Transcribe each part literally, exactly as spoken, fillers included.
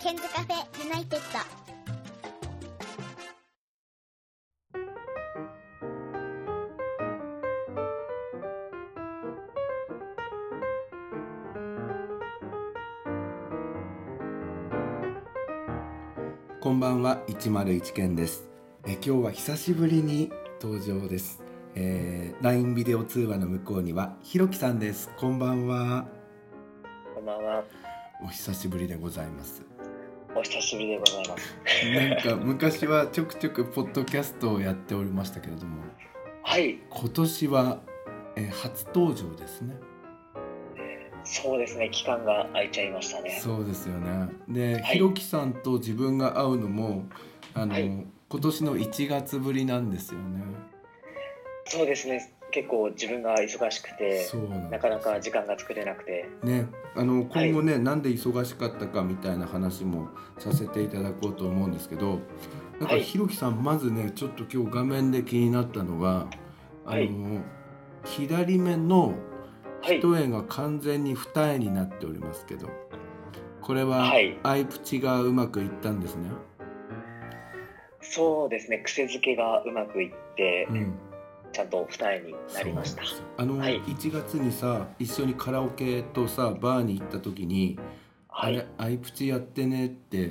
ケンズカフェユナイテッド。 こんばんは、いちまるいちケンです。え今日は久しぶりに登場です。えー、ライン ビデオ通話の向こうにはひろきさんです。こんばんは。 こんばんは。 お久しぶりでございます。 お久しぶりでございます。 なんか昔はちょくちょくポッドキャストをやっておりましたけれども、 はい。 今年は、えー、初登場ですね。 そうですね、期間が空いちゃいましたね。 そうですよね。で、 はい、 ひろきさんと自分が会うのもあの、 はい、 今年のいちがつぶりなんですよね。 そうですね、結構自分が忙しくてそうなんです。 なかなか時間が作れなくてね、あの今後ね、 はい、 なんで忙しかったかみたいな話もさせていただこうと思うんですけど、なんかはい、 ひろきさん、まずねちょっと今日画面で気になったのが、あの、 はい、 左目のはい、 一重が完全に二重になっておりますけど、これははい、 アイプチがうまくいったんですね。 そうですね、癖づけがうまくいって、 うん、 ちゃんと二重になりました。 あの、 はい、 いちがつにさ、一緒にカラオケとさバーに行った時に、 はい、 あれアイプチやってねって、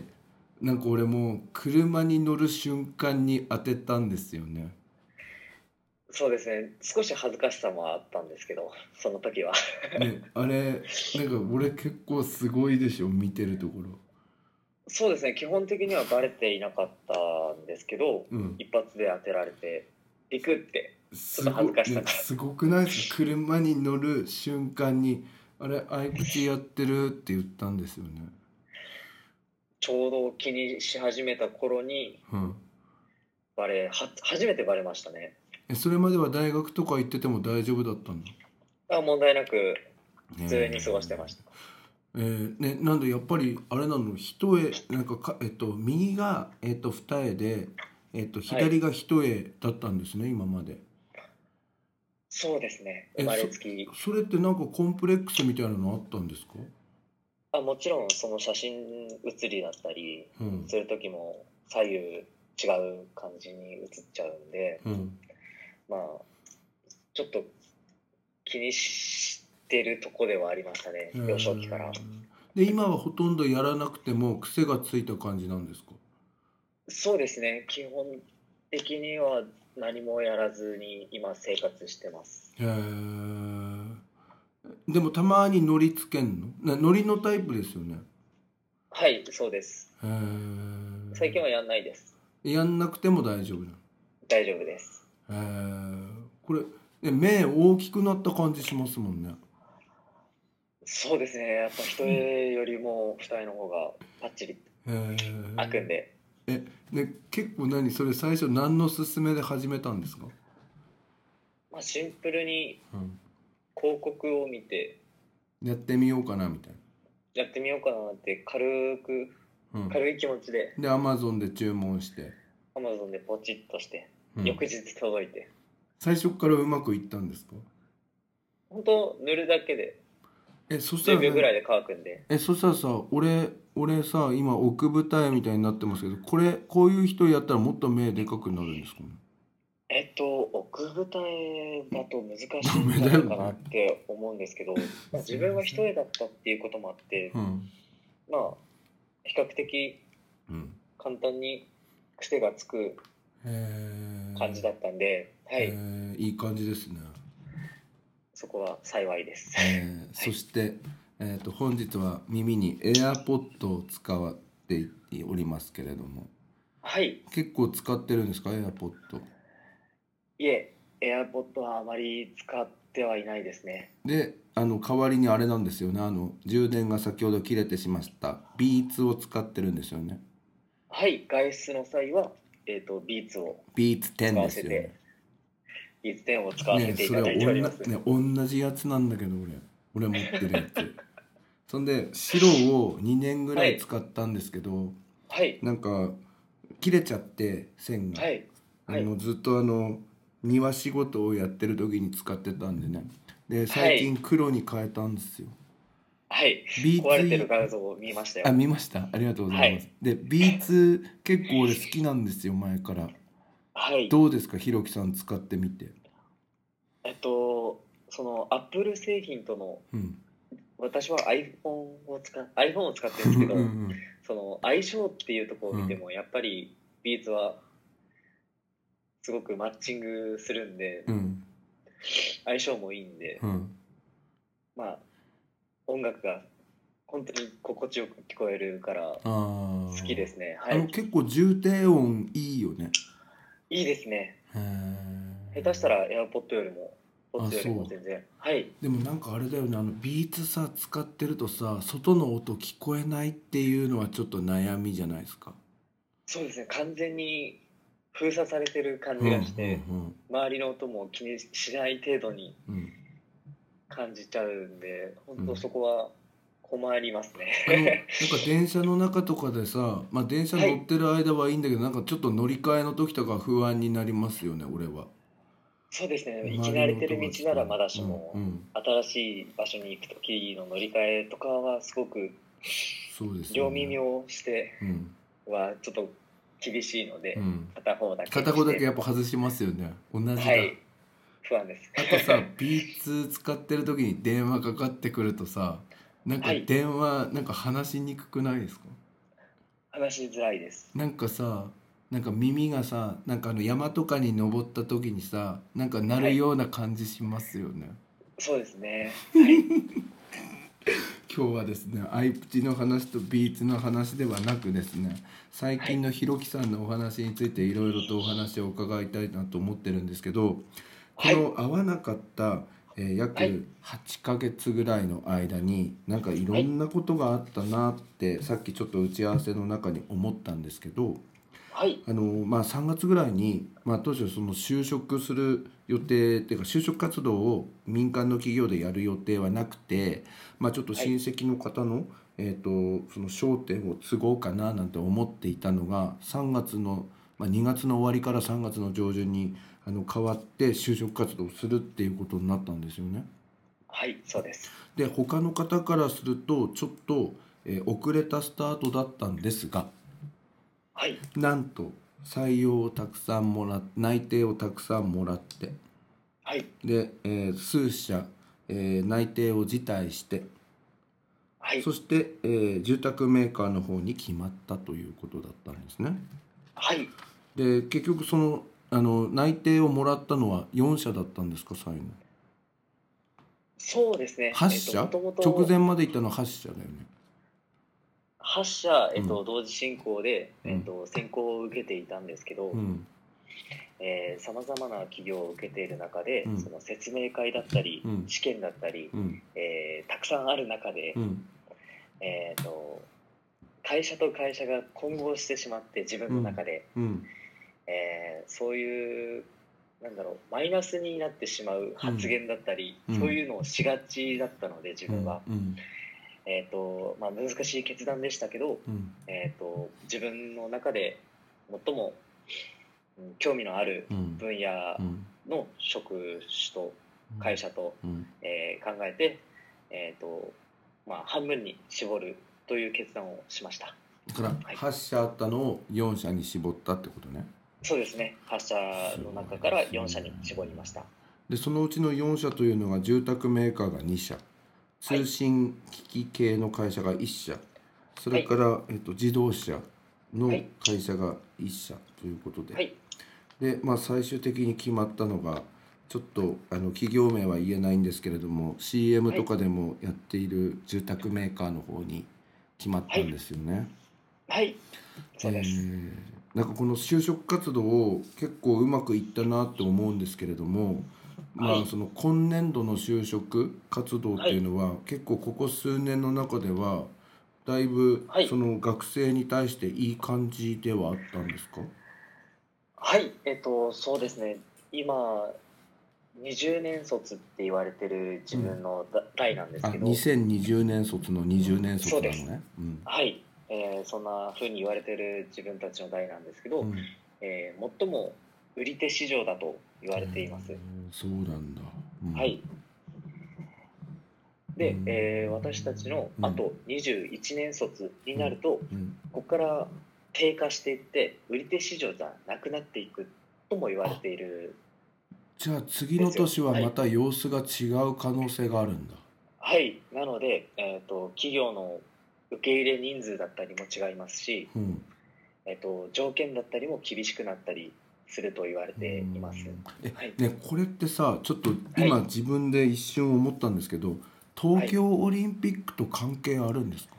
なんか俺もう車に乗る瞬間に当てたんですよね。 そうですね、少し恥ずかしさもあったんですけど、その時はね、あれなんか俺結構すごいでしょ、見てるところ。 そうですね、基本的にはバレていなかったんですけど、 うん、 一発で当てられてビクってちょっと恥すごね、 ずかしさがすごくないですか。車に乗る瞬間にあれアイプチやってるって言ったんですよね。 ちょうど気にし始めた頃にうん、 バレは初めてバレましたね。 えそれまでは大学とか行ってても大丈夫だったの？ あ、問題なく普通に過ごしてまえした。 えーね、なんでやっぱりあれなの、一重なんかか、えっと、右が、えっと、二重で、えっと、 はい、 左が一重だったんですね、今まで。 そうですね、生えそまれつき。 それってなんかコンプレックスみたいなのあったんですか？ あ、もちろんその写真写りだったりうんする時も左右違う感じに写っちゃうんで、 うん。 まあちょっと気にしてるとこではありましたね、 え幼少期から。 ー、で今はほとんどやらなくても癖がついた感じなんですか？ そうですね、基本的には何もやらずに今生活してます。 へー、でもたまに乗りつけんのな、乗りのタイプですよね。 はい、そうです。 へー、 最近はやんないです。 やんなくても大丈夫なの？ 大丈夫です。 へー、これ、ね、目大きくなった感じしますもんね。 そうですね、やっぱ人よりも二重の方がパッチリへー、 開くんで。 え、ね、結構何それ最初何の勧めで始めたんですか？ まあ、シンプルにうん、 広告を見てやってみようかなみたいやってみようかなって軽くな。うん、 軽い気持ちでで アマゾン で注文して、 Amazon でポチッとして、 うん、 翌日届いて、 最初からうまくいったんですか？ 本当塗るだけでえそした 10 らね秒ぐらいで乾くんで。 えそしたらさ、俺俺さ今奥二重みたいになってますけど、これこういう人やったらもっと目でかくなるんですかね？ えっと奥二重だと難ダしいんメじゃないかなっだよね。 て思うんですけど、まあ、自分は一重だったっていうこともあって、 うん、 まあ比較的うん、 簡単に癖がつくへ感じだったんで、はえ、 い、 へえ、いい感じですね。 そこは幸いです。 えー、 はい、 そして、えー、と本日は耳に AirPod を使っておりますけれども、 はい、 結構使ってるんですか AirPod？ いえ、AirPod はあまり使ってはいないですね。 で、あの代わりにあれなんですよね、あの充電が先ほど切れてしまったビーツを使ってるんですよね。 はい、外出の際は、えっと、ビーツをビーツテン使わですよね。 せて、ビーツテンを使わせね、それはていただいております。 おんな、ね、同じやつなんだけど、俺俺持ってるやつ。そんで白をにねんぐらいはい、 使ったんですけど、 はい、 なんか切れちゃって線が、 はい、はい、 あのずっとあの庭仕事をやってる時に使ってたんでね。ではい、 最近黒に変えたんですよ。 ははい、 ビーツ壊れてる画像を見ましたよ。 あ見ました。ありがとうございます。 はい、 でビーツ結構俺好きなんですよ、前から。 はい。 どうですか、ひろきさん使ってみて。 えっと、そのアップル製品との、 うん私は iPhone を使 iPhone を使ってるんですけど、 うんうんその相性っていうところをうん見ても、やっぱりビーツはすごくマッチングするんで、 うん相性もいいんで、 うんまあ、音楽が本当に心地よく聞こえるからあ好きですね。はあ、あのい。 結構重低音いいよね。 いいですね。 へえ。 下手したら AirPod よりも、ポッあ、 ツよりもそう。 全然。はい。 でもなんかあれだよね、あのビーツさ使ってるとさ、外の音聞こえないっていうのはちょっと悩みじゃないですか。 そうですね。完全に封鎖されてる感じうんうがして、 ん周りの音も気にしない程度にうんうん感じちゃうんで、本当うん。 そこは困りますあのね。 なんか電車の中とかでさ、まあ電車はい。 乗ってる間はいいんだけど、なんかちょっと乗り換えの時とか不安になりますよね、俺は。 そうですね。行き周りの音慣れてるが聞こえない。 道ならまだしうんうも、 ん。 新しい場所に行く時の乗り換えとかはすごくそうですよ両ね。 耳をしてうんはちょっと厳しいので、 うん。 片方だけ片方だけにして、 やっぱ外しますよね。同じだ。 はい、不安です。 あとさ、ビーツ使ってる時に電話かかってくるとさ、なんかはい、 電話なんか話しにくくないですか？ 話しづらいです。 なんかさ、なんか耳がさ、なんかあの山とかに登った時にさ、なんか鳴はい、 るような感じしますよね。 そうですね。はい、 今日はですね、アイプチの話とビーツの話ではなくですね、最はい、 近のひろきさんのお話についていろいろとお話を伺いたいなと思ってるんですけど、こはい、 の会わなかった、えーはい、 約はちかげつぐらいの間になんかいろはい、 んなことがあったなってさっきちょっと打ち合わせの中に思ったんですけど、 はい、 あのまあ、さんがつぐらいに、まあ、当初その就職する予定っていうか就職活動を民間の企業でやる予定はなくて、まあ、ちょっとはい、 親戚の方の、えー、とその商店を継ごうかななんて思っていたのがさんがつの、まあ、にがつの終わりからさんがつの上旬にあの変わって就職活動をするっていうことになったんですよね。 はい、そうです。 で他の方からするとちょっと、えー遅れたスタートだったんですが、 はい、 なんと採用をたくさんもらっ内定をたくさんもらって、 はい、 で、えー数社、えー内定を辞退して、 はい、 そして、えー住宅メーカーの方に決まったということだったんですね。 はい。 で結局そのあの内定をもらったのはよん社だったんですか、最後。 そうですね。 8 えっと、も社とも直と前まで行ったのははち社だよね。 はち社、えうんっと、同時進行で、 うんえっと、選考を受けていたんですけど、 うんさまざまな企業を受けている中で、 うんその説明会だったり、 うん試験だったり、 うんえーたくさんある中で、 うんえー、と会社と会社が混合してしまって自分の中で、 うんえーそういうなんだろうマイナスになってしまう発言だったり、 うんそういうのをしがちだったので自う分は、 んうんえーとまあ、難しい決断でしたけど、 うんえー、と自分の中で最もうん興味のあるうん分野うんの職種と会社と、 うんえー考えて、えーとまあ、半分に絞るという決断をしました。 だからはい、 はち社あったのをよん社に絞ったってことね。 そうですね。はち社の中からよん社に絞りました。 でそのうちのよん社というのが住宅メーカーがに社、通はい、 信機器系の会社がいっ社、そはい、 れから、えっと、自動車のはい、 会社がいっ社ということで、 はい、 で、まあ、最終的に決まったのがちょっとあの企業名は言えないんですけれども シーエムはい、 とかでもやっている住宅メーカーの方に決まったんですよね。 はい、そうです。 えーなんかこの就職活動を結構うまくいったなって思うんですけれども、 はい、 まあその今年度の就職活動っていうはい、 のは結構ここ数年の中ではだいぶはい、 その学生に対していい感じではあったんですか？ はい、えっと、そうですね。今、にじゅうねん卒って言われてる自うん。 分のだ代なんですあ、 けど、 にせんにじゅうねん卒のにじゅうねんそうです。 卒なのね。うん。 はい、えーそんな風に言われてる自分たちの代なんですけど、 うん。 えー最も売り手市場だと言わえれています。 ーそうなんだ。うん。 はい。 で、 うんえー私たちのうんあとにじゅういちねん卒になると、 うん、 ここから低下していって売り手市場じゃなくなっていくとも言われあ、 ているじゃあ次のんですよ。 年はまはい、 た様子が違う可能性があるんだ。 はい、なので、えー、と企業の受け入れ人数だったりも違いますし、 うんえー、と条件だったりも厳しくなったりすると言われうています。 んえはい、 ね、これってさ、ちょっとはい今自分で一瞬思ったんですけど、東はい京オリンピックと関係あるんですか？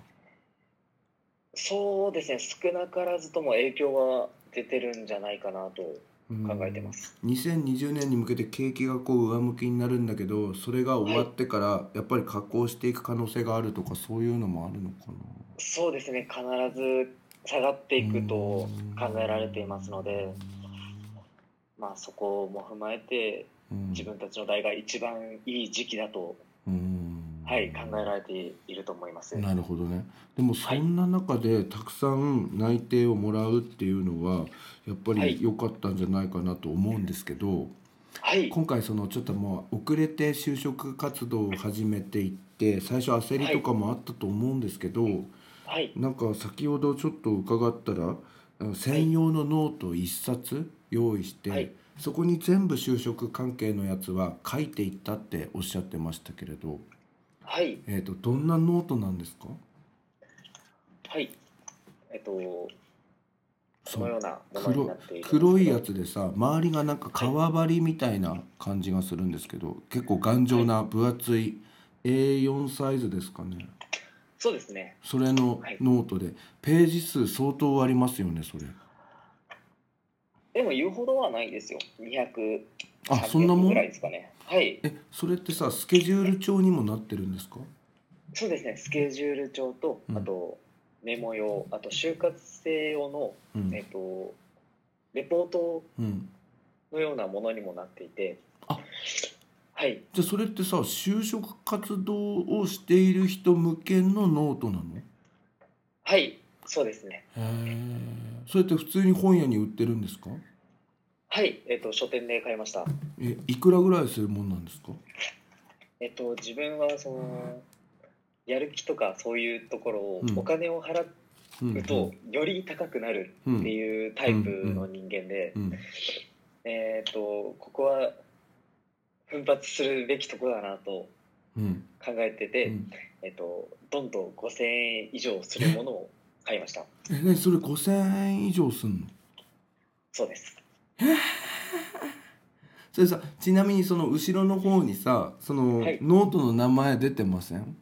そうですね、少なからずとも影響は出てるんじゃないかなとう考えてんます。 にせんにじゅうねんに向けて景気がこう上向きになるんだけど、それが終はい、 わってからやっぱり下降していく可能性があるとか、そういうのもあるのかな。 そうですね、必ず下がってうーいくと考えられていんますので、まあ、そこも踏まえて、自うん分たちの代が一番いい時期だと、 うーんはい、考えられていると思います。 なるほどね。でもそはい、 んな中でたくさん内定をもらうっていうのはやっぱはい、 り良かったんじゃないかなと思うんですけど、 はい、 今回そのちょっともう遅れて就職活動を始めていって最初焦りはい、 とかもあったと思うんですけど、 はい、 なんか先ほどちょっと伺ったらあのはい、 専用のノートいっさつ用意してはい、 そこに全部就職関係のやつは書いていったっておっしゃってましたけれど、 はい、 えーと、どんなノートなんですか？ はい、えっと、こそうのようなものにな黒、 っているんです黒いやけど、 つでさ、周りがなんかはい、 革張りみたいな感じがするんですけど、結構頑はい、 丈な分厚い エーよん サイズですかね。 そうですね、 それのはい。 ノートでページ数相当ありますよね、それ。 でも言うほどはないですよ。にひゃく、 あ、そんなさんびゃくぐらいもん。 ですかね。はい。 えそれってさスケジュール帳にもなってるんですか？ そうですね、スケジュール帳と、 うんあと、メモ用、あと、就活生用の、 うんえっと、レポートうんのようなものにもなっていて、 あ、 はい、 じゃあそれってさ就職活動をしている人向けのノートなの？へはい、そうですね。 え。それって普通に本屋に売ってるんですか？ はい、えっと、書店で買いました。 えいくらぐらいするもんなんですか？ えっと、自分は、その、やる気とかそういうところをうんお金を払うんうとより高くなるってうんいうタうんうイプのん人間で、 うんえっと、ここは奮発するべきところだなとうん考えてて、 うんえっと、どんどんごせんえん以上するえものを買いました。 えねそれごせんえん以上すんの？ そうです。 それさちなみにその後ろの方にさそのはい。 ノートの名前出てません？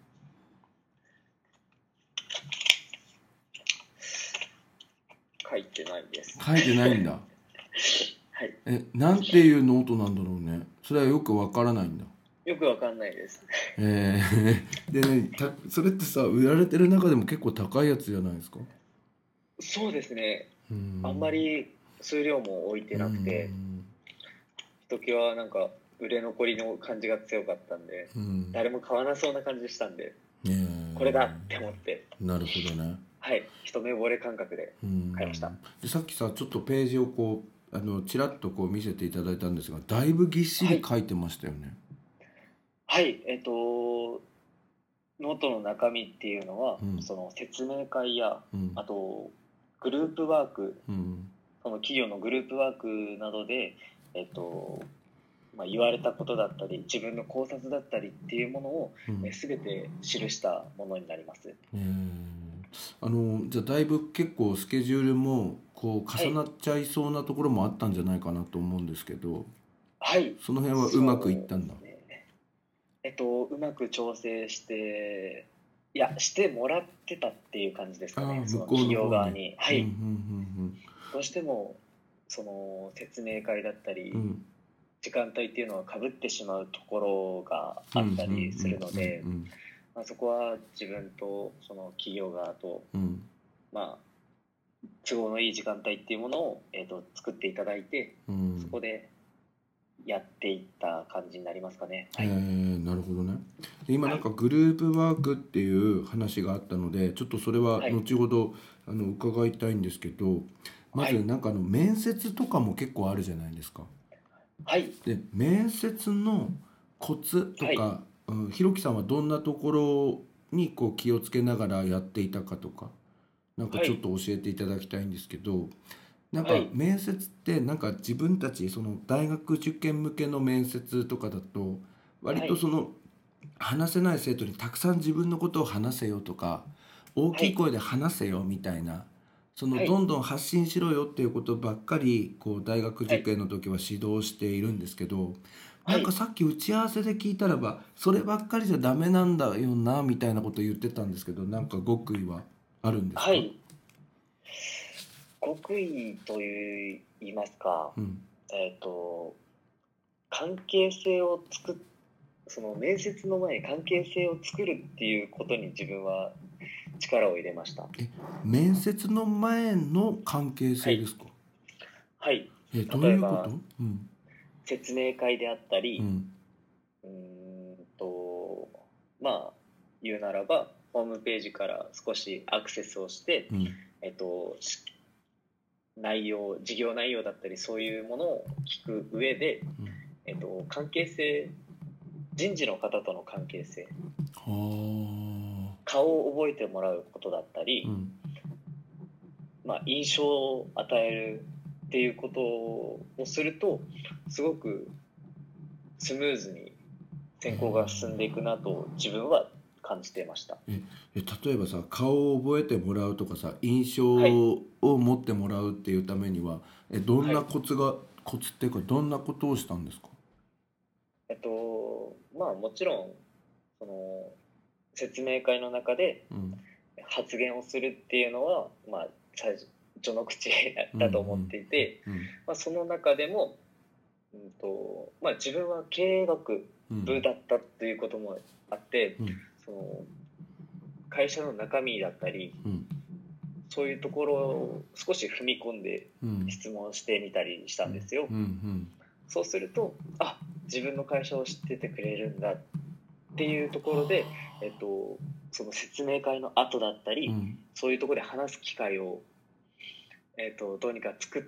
書いてないです。 書いてないんだ。 はい。 えなんていうノートなんだろうね。それはよくわからないんだ。 よくわかんないです。 えー、でねたそれってさ売られてる中でも結構高いやつじゃないですか？ そうですね。 うーあんまんり数量も置いてうーなくて、 んひときわなんか売れ残りの感じが強かったんで、 うーん誰も買わなそうな感じでしたんで、 えーこれだって思って、 なるほどね。 はい、一目惚れ感覚でうーん買いました。 でさっきさちょっとページをこうあのちらっとこう見せていただいたんですがだいぶぎっしはい。 り書いてましたよね。 はい、えっと、ノートの中身っていうのは、 うんその説明会や、 うんあと、グループワーク、 うんその企業のグループワークなどで、えっと、まあ、言われたことだったり、自分の考察だったりっていうものを、 うんえ全て記したものになります。 えーあのじゃあだいぶ結構スケジュールもこうはい、 重なっちゃいそうなところもあったんじゃないかなと思うんですけどはい、 その辺はうまくいったんだ。 そうですね。えっと、うまく調整して、いや、してもらってたっていう感じですかね、 ああ向こうその企の方に。 業側に。はうんうい。 んどうしてもその説明会だったりうんうんうん時間帯っていうのはかぶってしまうところがあっうんうんたりするのうんで、まあ、そこは自分とその企業側と、 うんうんまあ、都合のいい時間帯っていうものを、えー、と作っていただいて、 うんそこでやっていった感じになりますかね。はえい、 ー、なるほどね。で今はい、 なんかグループワークっていう話があったのでちょっとそれははい、 後ほどあの伺いたいんですけどまはい、 ずなんかあの面接とかも結構あるじゃないですか。 はい、 で面接のコツとはい、 かうん、ひろきさんはどんなところにこう気をつけながらやっていたかとか、なんかはい、 ちょっと教えていただきたいんですけど、なんかはい、 面接ってなんか自分たちその大学受験向けの面接とかだと割はい、 とその話せない生徒にたくさん自分のことを話せよとか大はい、 きい声で話せよみたいな、そのはい、 どんどん発信しろよっていうことばっかりこう大学はい、 受験の時は指導しているんですけど、なんかはい、 さっき打ち合わせで聞いたらばそればっかりじゃダメなんだよなみたいなこと言ってたんですけど、なんか極意はあるんですか？ はい。極意といいますか、 うん。 えっと、関係性を作っ、その面接の前に関係性を作るっていうことに自分は力を入れました。 え、面接の前の関係はい、 性ですか？ はい。 え、どういうこと？ 例えば、 うん。 説明会であったり、 うん。 うーんと、まあ、言うならば、ホームページから少しアクセスをして、 うん。 えっと、し内容、事業内容だったり、そういうものを聞く上で、 うん。 えっと、関係性、人事の方との関係性、 はあ。 顔を覚えてもらうことだったり、 うん。 まあ、印象を与えるっていうことをすると、すごくスムーズに選考が進んでいくなと自分は感じていました。 え、え、例えばさ、顔を覚えてもらうとかさ、印象はい、 を持ってもらうっていうためには、え、どんなはい。 コツが、コツっていうか、どんなことをしたんですか？ えっと、まあもちろん、その、説明会の中でうん。 発言をするっていうのは、まあ、最初序の口うん。うだと思っん。 ていて、 うん。 まあ、その中でも、うんとまあ、自分は経営学うん。 部だったということもあって、 うん。 その会社の中身だったり、 うん。 そういうところを少し踏み込んでうん。 質問してみたりしたうん。 んですよ。 うん。 そうすると、あ、自分の会社を知っててくれるんだっていうところで、えっと、その説明会の後だったり、 うん。 そういうところで話す機会を、えっと、どうにか作って、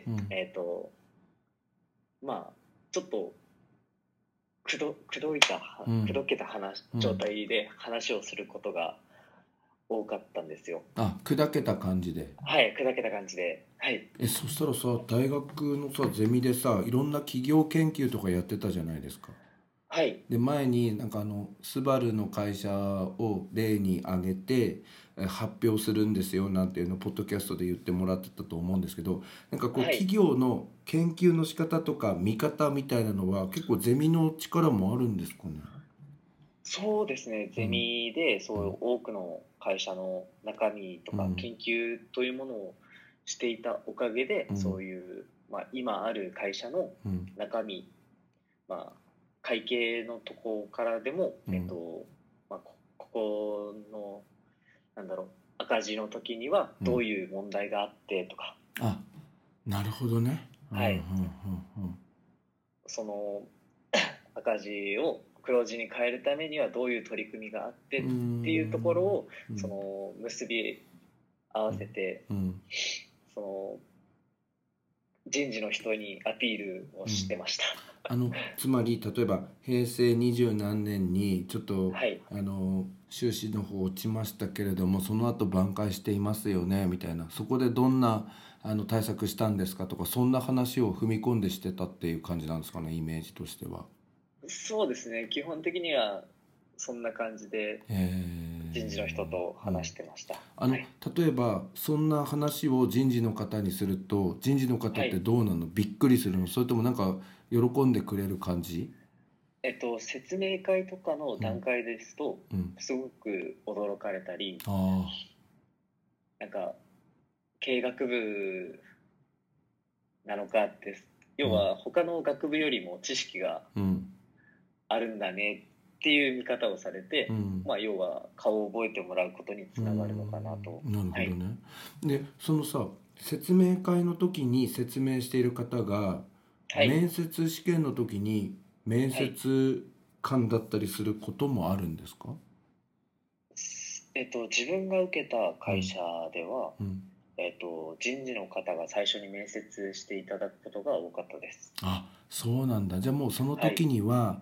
うん。 えっと、まあ、ちょっとくどくどいた、 うん。 くどけた話状うん。 態で話をすることが多かったんですよ。 あ、砕けた感じで。 はい、砕けた感じで。はい。 え、そしたらさ、大学のさ、ゼミでさ、いろんな企業研究とかやってたじゃないですか。 はい。 で、前になんかあのスバルの会社を例に挙げてえ発表するんですよなんていうのをポッドキャストで言ってもらってたと思うんですけど、なんかこうはい。 企業の研究の仕方とか見方みたいなのは結構ゼミの力もあるんですかね？ そうですね。ゼうん。 ミで、そういううん。 多くの会社の中身とかうん研究というものをしていたおかげで、 うん。 そういう、まあ、今ある会社のうん。 中身、まあ、会計のとこからでも、えっうん。 と、まあ、こここの、なんだろう、赤字の時にはうん。 どういう問題があってとか、 あ、なるほどね。うんうんはい、 うんその赤字を黒字に変えるためにはどういう取り組みがあってうん。うーっていうところん。 をそうんの結び合わせて、 うん。 その人事の人にアピールをうん。 してました。 あのつまり例えば平成二十何年にちょっとはい、 あの収支の方落ちましたけれどもその後挽回していますよねみたいな、そこでどんなあの対策したんですかとか、そんな話を踏み込んでしてたっていう感じなんですかね、イメージとしては。 そうですね。基本的にはそんな感じで人事の人えとー、うん。 話してました。 あのはい、 例えばそんな話を人事の方にすると人事の方ってはい。 どうなの？びっくりするの？それともなんか喜んでくれる感じ？ えっと説明会とかのうん段階ですとうん。 すごく驚かれたり、 ああ。 なんか経営学部なのかって、要うんは他の学部よりも知識がうんあるんだねっていう見方をされて、 うん。 まあ、要は顔を覚えてもらうことにうーつながるのかなと。 ん、なるはい。 ほどね。で、そのさ、説明会の時に説明している方が、 はい。 面接試験の時に面はい。 接官だったりすることもあるんですか？ えっと、自分が受けたうん、 会社では、 うん。 えっと、人事の方が最初に面接していただくことが多かったです。 あ、そうなんだ。じゃあもうその時はい。 には、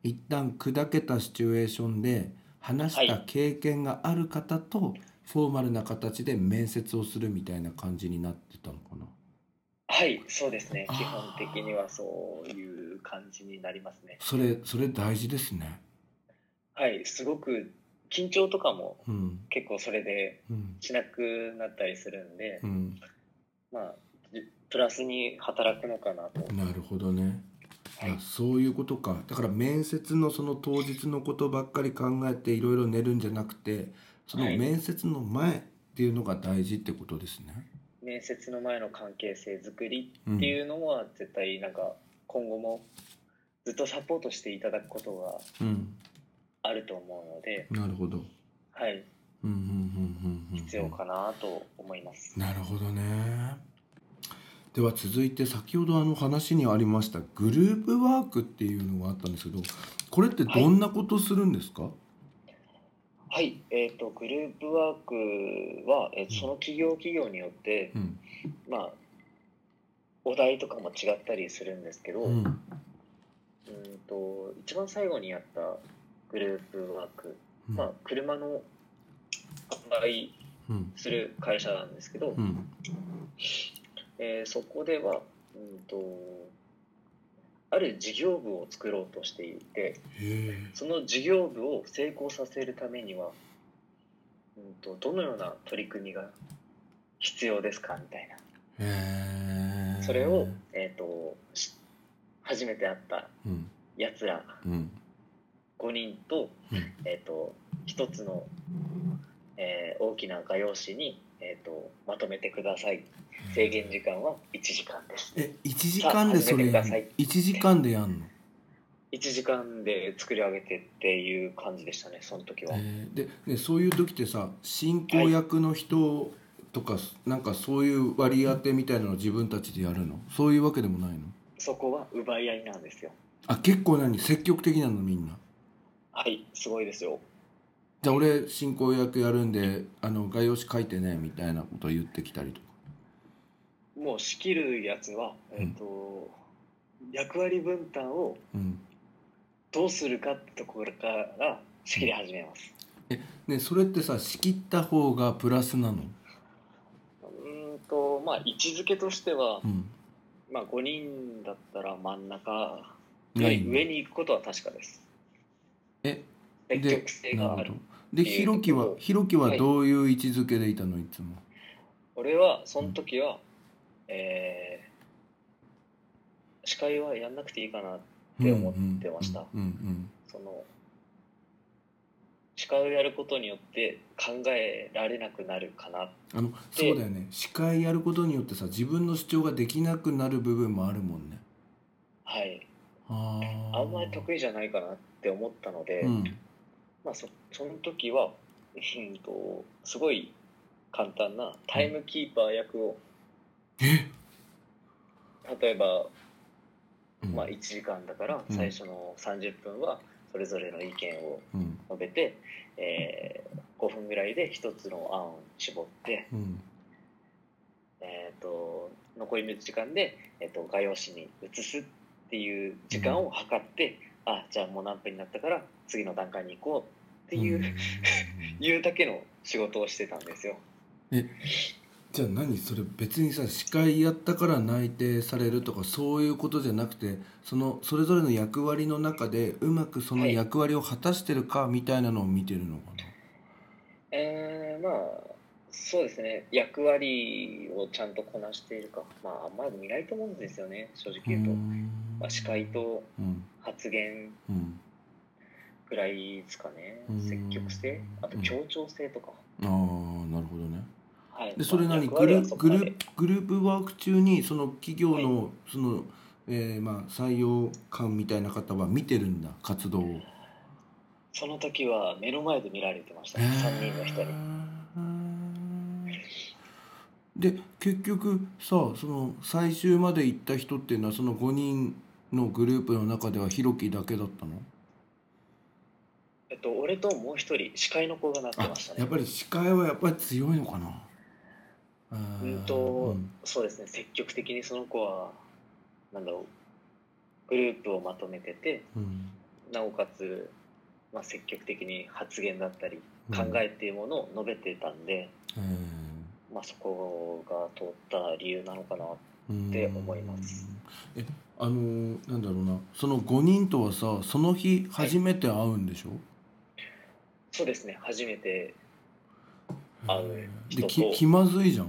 一旦砕けたシチュエーションで話したはい。 経験がある方とフォーマルな形で面接をするみたいな感じになってたのかな。 はい、そうですね。基本的にはああ、 そういう感じになりますね。 それそれ大事ですね。 はい、すごく緊張とかもうん結構それでうんしなくなったりするんで、 うん。 まあ、じプラスに働くのかなと。 なるほどね。あ、 はい。 そういうことか。だから面接のその当日のことばっかり考えていろいろ寝るんじゃなくて、そのはい。 面接の前っていうのが大事ってことですね。 面接の前の関係性作りってうん。 いうのは絶対なんか今後もずっとサポートしていただくことがうん。 あると思うので、 なるほど。 はい、 うんうんうんうんうんうん。 必要かなと思います。 なるほどね。では続いて先ほどあの話にありましたグループワークっていうのがあったんですけど、これってはい。 どんなことするんですか？ はい。えっと、グループワークは、えーうんその企業企業によって、 うんまあ、お題とかも違ったりするんですけど、 うんうんと、一番最後にやったグループワーク、 うんまあ、車の販売うんする会社なんですけど、 うんえーそこでは、うんと、ある事業部を作ろうとしていて、 へえその事業部を成功させるためには、うんと、どのような取り組みが必要ですかみたいな。 へそれを、 ええっと、し初めて会ったうんやつらうんごにんと、 うんえっと、一つの、えー大きな画用紙に、えっと、まとめてください。制限時間はいちじかんです。 え1 さあ、 時間で始めそれやんの？ てください。 いちじかんでやんの？ いちじかんで作り上げてっていう感じでしたね、その時は。 えーで、ね、そういう時ってさ進はい。 行役の人とかなんかそういう割り当てみたいなの自分たちでやるの？そういうわけでもないの？ そこは奪い合いなんですよ。 あ、結構何積極的なのみんな？ はい、すごいですよ。 じゃあ俺進行役やるんであの画用紙書いてねみたいなこと言ってきたりとか。 もう仕切るやつは、えっうんと、役割分担をうんどうするかってところから仕切り始めます。 えね、それってさ仕切った方がプラスなの？ うーんと、まあ、位置づけとしては、 うんまあ、ごにんだったら真ん中よりないんだ。 上に行くことは確かです。 え積で極性なるほど。 があるでっていうとひろきはころ。 ひろきははい。 どういう位置づけでいたのいつも？ 俺は、そのうん時は、えー、司会はやんなくていいかなっうんうて思っんうんてました。 うんその、司会をやることによって考えられなくなるかなっあのそうだて、 よね、司会やることによってさ自分の主張ができなくなる部分もあるもんね。 はい。 ああんまりあ得意じゃないかなって思ったので、 うんまあそ、その時は、うんと、すごい簡単なうんタイムキーパー役を、 え例えば、 うんまあ、いちじかんだからうん最初のさんじゅっぷんはそれぞれの意見をうん述べて、えーごふんぐらいで一つの案を絞って、 うんえー、と残りの時間で、えー、と画用紙に移すっていう時間うんを計って、あ、じゃあもう何分になったから次の段階に行こうってういうんいうだけの仕事をしてたんですよ。 えじゃあ何それ別にさ司会やったから内定されるとかそういうことじゃなくて、そのそれぞれの役割の中でうまくそのはい。 役割を果たしてるかみたいなのを見てるのかな？ えー、まあそうですね、役割をちゃんとこなしているか、まああんまり見ないと思うんですよね、正直うー言うと。 んまあ、司会とうん発言うんぐらいですかね。 うー積極性、あとん協調性とか。 うんああなるほどね。 はい。 でそまあれ何グ役割はルグルそこまで。 グループワーク中にその企業はい。 のその、えーまあ、採用官みたいな方は見てるんだ活動を。 その時は目の前で見られてました。 へさんにんの人に。 え。で結局さその最終まで行った人っていうのはそのごにんのグループの中ではひろきだけだったの？ えっと、俺ともう一人、司会の子がなってあましたね。 やっぱり司会はやっぱり強いのかな？あーうんうと、 んそうですね、積極的にその子は、なんだろう、グループをまとめてて、 うんなおかつ、まあ、積極的に発言だったりうん考えっていうものを述べてたんで、 えまあ、そこが通った理由なのかな。 ーって思います。 えあのーなんだろうな、そのごにんとはさ、その日初めて会うんでしょ？ そうですね、初めて会うで人とっき気まずいじゃん。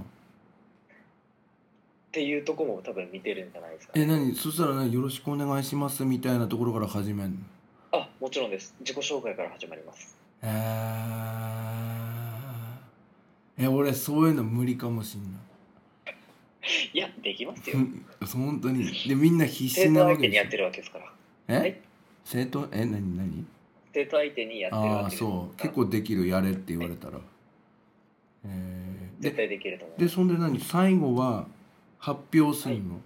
ていうところも多分見てるんじゃないですかえね。 何そしたらね、よろしくお願いしますみたいなところから始めるの？ あ、もちろんです。自己紹介から始まります。 えー、え俺そういうの無理かもしんない。 いや、できますよ。 本当に。でみんな必死生徒なわけでしょ相手にやって。るわけですから。 え、 はい、 生徒え何何生徒相手にやってるわああけですそうから結構できる、やれって言われたら、えー、で絶対できると思います。 でそんで何最後は発表するの？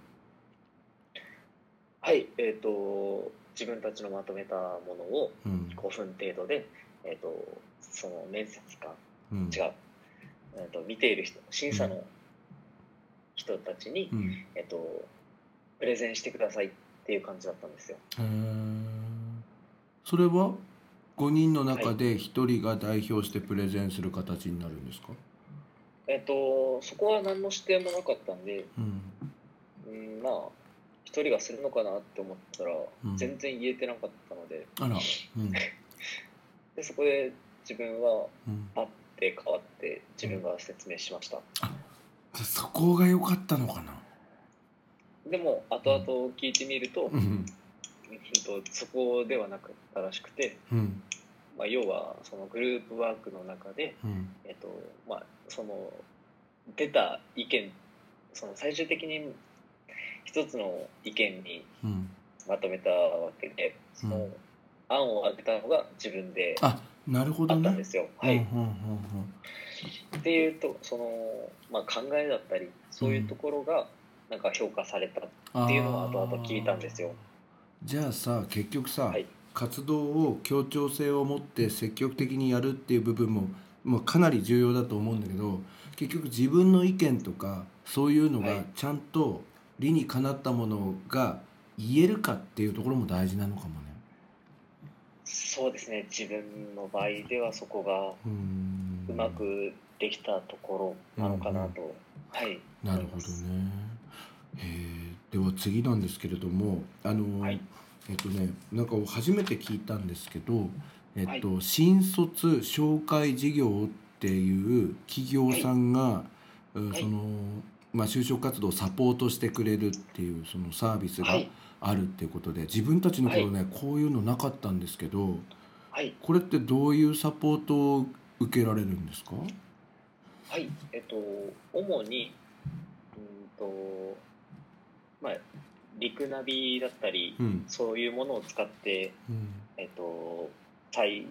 はい、えっ、と自分たちのまとめたものをうんごふん程度で、えっ、とその面接官、 うん違う、えー、と見ている人、審査の人たちに、 うんえっ、とプレゼンしてくださいっていう感じだったんですよ。 へーそれはごにんの中でひとりが代表してプレゼンする形になるんですか？ えっ、とそこは何の指定もなかったんで、 うんうん、まあひとりがするのかなって思ったら、 うん全然言えてなかったので、 あらうんでそこで自分はうんパッて変わって自分が説明しました。 じゃあそこが良かったのかな。 でも後々聞いてみると、 うんうんとそこではなかったらしくて、 うんまあ、要はそのグループワークの中で、 うんえっとまあ、その出た意見、その最終的に一つの意見にうんまとめたわけで、その案を挙げたのが自分でああなるほどね。 ったんですよ。はい、 うんうんうんっていうとその、まあ、考えだったりそういうところがなんか評価されたうんっていうのを後々聞いたんですよ。 じゃあさ、結局さ、 はい活動を協調性を持って積極的にやるっていう部分も、まあ、かなり重要だと思うんだけど、結局自分の意見とかそういうのはいがちゃんと理にかなったものが言えるかっていうところも大事なのかもね。 そうですね、自分の場合ではそこがうーんうまくできたところなのかなと、はいなるほど思います。 ね。えーでは次なんですけれども、あの、 はいえっとねなんか初めて聞いたんですけど、えっとは新卒紹介事業っていう企業さんが、うんはいそのまあ、就職活動をサポートしてくれるっていうそのサービスがはいあるっていうことで、自分たちの頃ね、こういうのなかったんですけど、 はいこれってどういうサポートを受けられるんですか？ はいえっと主にうんとまあリクナビだったり、 うんそういうものを使ってうんえっと採ん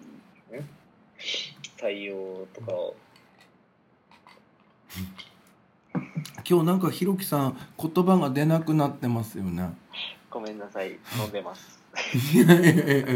採用とかを今日なんかひろきさん言葉が出なくなってますよね。 ごめんなさい、飲んでますいやいやいやいや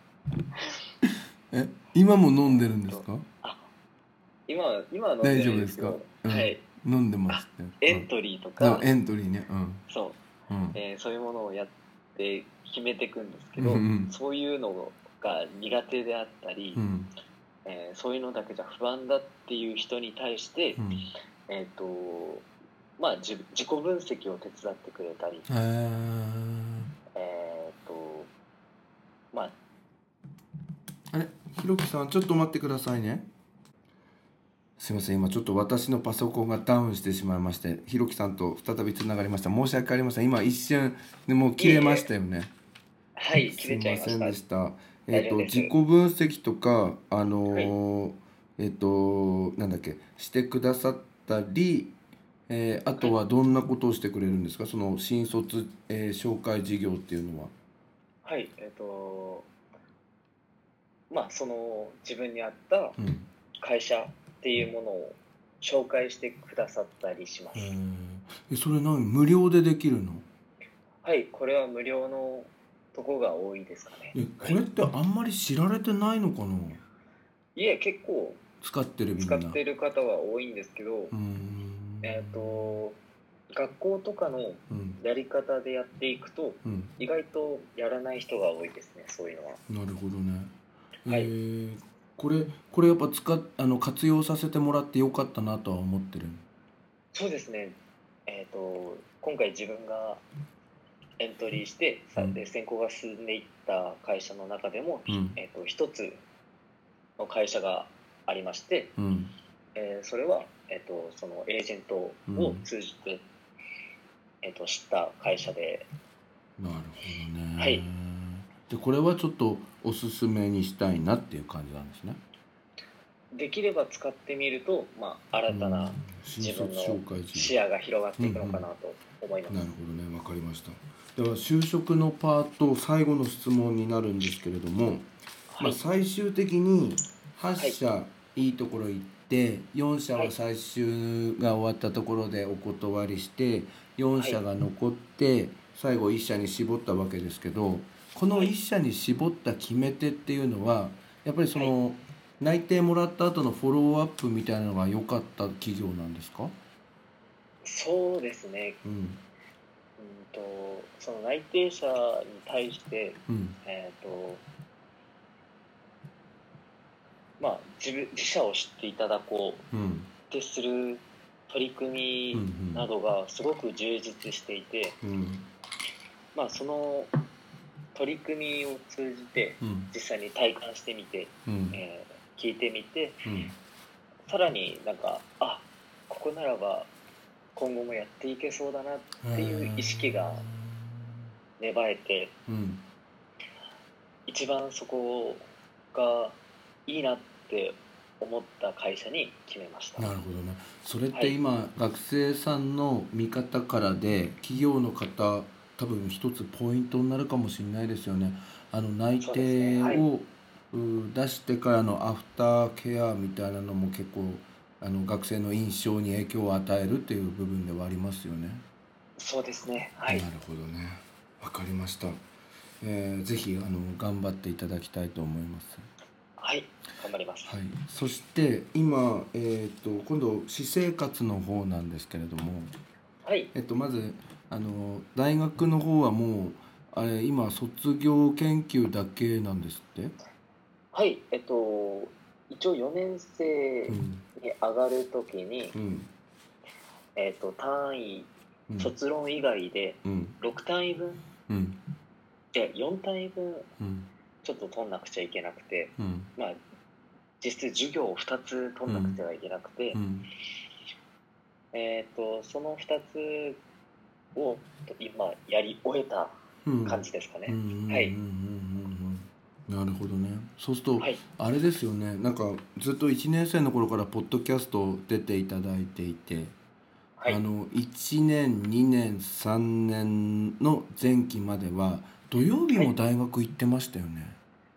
え今も飲んでるんですか？ 今は今は飲んでないんですけど、 大丈夫ですか？うんはい、 飲んでますって。 エントリーとうんか、 エントリーね。うんそううんえーそういうものをやって決めていくんですけど、 うんうんそういうのが苦手であったり、 うんえーそういうのだけじゃ不安だっていう人に対して、 うんえっ、とまあ自自己分析を手伝ってくれたり、 へーえっ、とまああれひろきさんちょっと待ってくださいね。すいません、今ちょっと私のパソコンがダウンしてしまいまして、ひろきさんと再びつながりました。申し訳ありません。今一瞬でもう切れましたよね。 はい切れちゃいますしたいませんでした。えっ、と大丈夫です自己分析とかあのーえっ、となんだっけしてくださったり、えーあとはどんなことをしてくれるんですか？その新卒、えー紹介事業っていうのは。 はいえっ、とまあその自分に合ったうん。 会社っていうものを紹介してくださったりします。 えーえそれ何無料でできるの？ はいこれは無料のとこが多いですかね。 えこれってあんまり知られてないのかな？ いえ結構使ってるみんな。 使ってる方は多いんですけど、 うーんえっ、と学校とかのうんやり方でやっていくとうん意外とやらない人が多いですね、そういうのは。 なるほどね。えはい、 ー、これこれやっぱ使っあの活用させてもらってよかったなとは思ってる。 そうですね。えっ、と今回自分がエントリーしてさうんで選考が進んでいった会社の中でも、 うんえー、と一つの会社がありまして、 うんえーそれは、えー、とそのエージェントを通じて、えー、と知った会社で、 なるほどね。 はい、 でこれはちょっとおすすめにしたいなっていう感じなんですね。 できれば使ってみると、まあ、新たな新卒自分の紹介事視業。 野が広がっていくのかなと思います。 なるほどね、わかりました。では就職のパート最後の質問になるんですけれども、まあ、 はい、 最終的にはち社いいところ行ってよん社は最終が終わったところでお断りしてよん社が残って最後いっ社に絞ったわけですけど、このいっ社に絞った決め手っていうのはやっぱりその内定もらった後のフォローアップみたいなのが良かった企業なんですか？ そうですね。 うんうんとその内定者に対して、 うんえーとまあ、自分自社を知っていただこううんってする取り組うんうみんなどがすごく充実していて、 うんまあ、その取り組みを通じてうん実際に体感してみて、 うんえー聞いてみて、 うんさらになんかあここならば今後もやっていけそうだなっていう意識が芽生えて、 うん一番そこがいいなって思った会社に決めました。 なるほどね。それっはい、 て今、学生さんの見方からで企業の方多分一つポイントになるかもしれないですよね。あの内そうですね。はい、 定をう出してからのアフターケアみたいなのも結構あの学生の印象に影響を与えるっていう部分ではありますよね。 そうですね。はい、 なるほどね。わかりました。えー、ぜひあの頑張っていただきたいと思います。 はい、頑張ります。 はい、そして今、えー、と今度私生活の方なんですけれども、 はい、 えっと、まずあの大学の方はもうあれ今卒業研究だけなんですって？ はい、えっと一応よねん生うんに上がるときに、 うんえっと単位うん卒論以外でうんろく単位分うんでよん単位分うんちょっと取んなくちゃいけなくて、 うんまあ実質授業をふたつ取んなくてはいけなくて、 うんえっとそのふたつを今やり終えたうん感じですかね。 うんうんうんうんうんはいうんなるほどね。そうすると、 はい、 あれですよね、なんかずっといちねん生の頃からポッドキャスト出ていただいていて、 はい、 あのいちねんにねんさんねんの前期までは土曜日も大学行ってましたよね。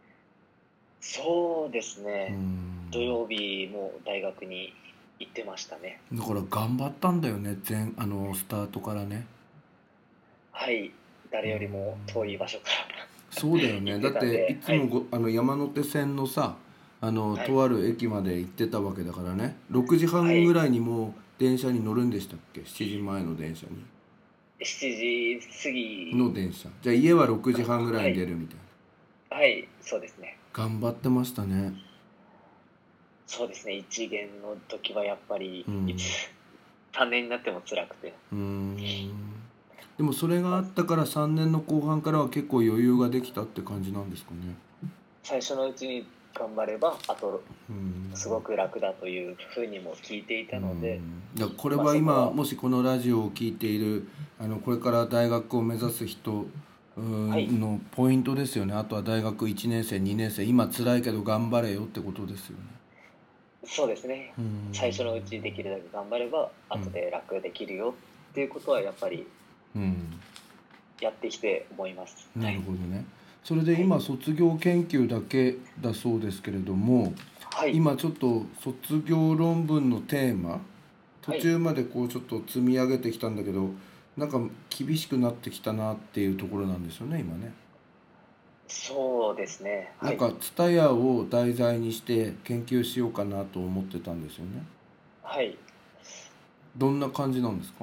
そうですうね。 ん土曜日も大学に行ってましたね。 だから頑張ったんだよね、前あのスタートからね。 はい、誰よりも遠い場所からそうだよ行ね。 ってたんだっていで、はい、 つもごあの山手線のさあのはい、 とある駅まで行ってたわけだからね。ろくじははい、 んぐらいにもう電車に乗るんでしたっけ？しちじまえの電車にしちじ過ぎ、 の電車じゃあ家はろくじはんぐらいに出るみたいな。 はい、そうですね。 頑張ってましたね。 そうですね。一限の時はやっぱり、 うんいつさんねんになっても辛くて、 うーんでもそれがあったからさんねんの後半からは結構余裕ができたって感じなんですかね。 最初のうちに頑張れば、あとうんすごく楽だというふうにも聞いていたので、 うんだからこれは今、 まあそこはもしこのラジオを聞いているあのこれから大学を目指す人うはいんのポイントですよね。あとは大学いちねん生にねん生今辛いけど頑張れよってことですよね。 そうですね。 うん最初のうちできるだけ頑張れば、後で楽できるよっていうことはやっぱりうんやってきて思います。 なるほどね。それで今卒業研究だけだそうですけれども、 はい、 今ちょっと卒業論文のテーマ途中までこうちょっと積み上げてきたんだけど、なんか厳しくなってきたなっていうところなんですよね今ね。 そうですね。はないんか ツタヤ を題材にして研究しようかなと思ってたんですよね。 はい。 どんな感じなんですか？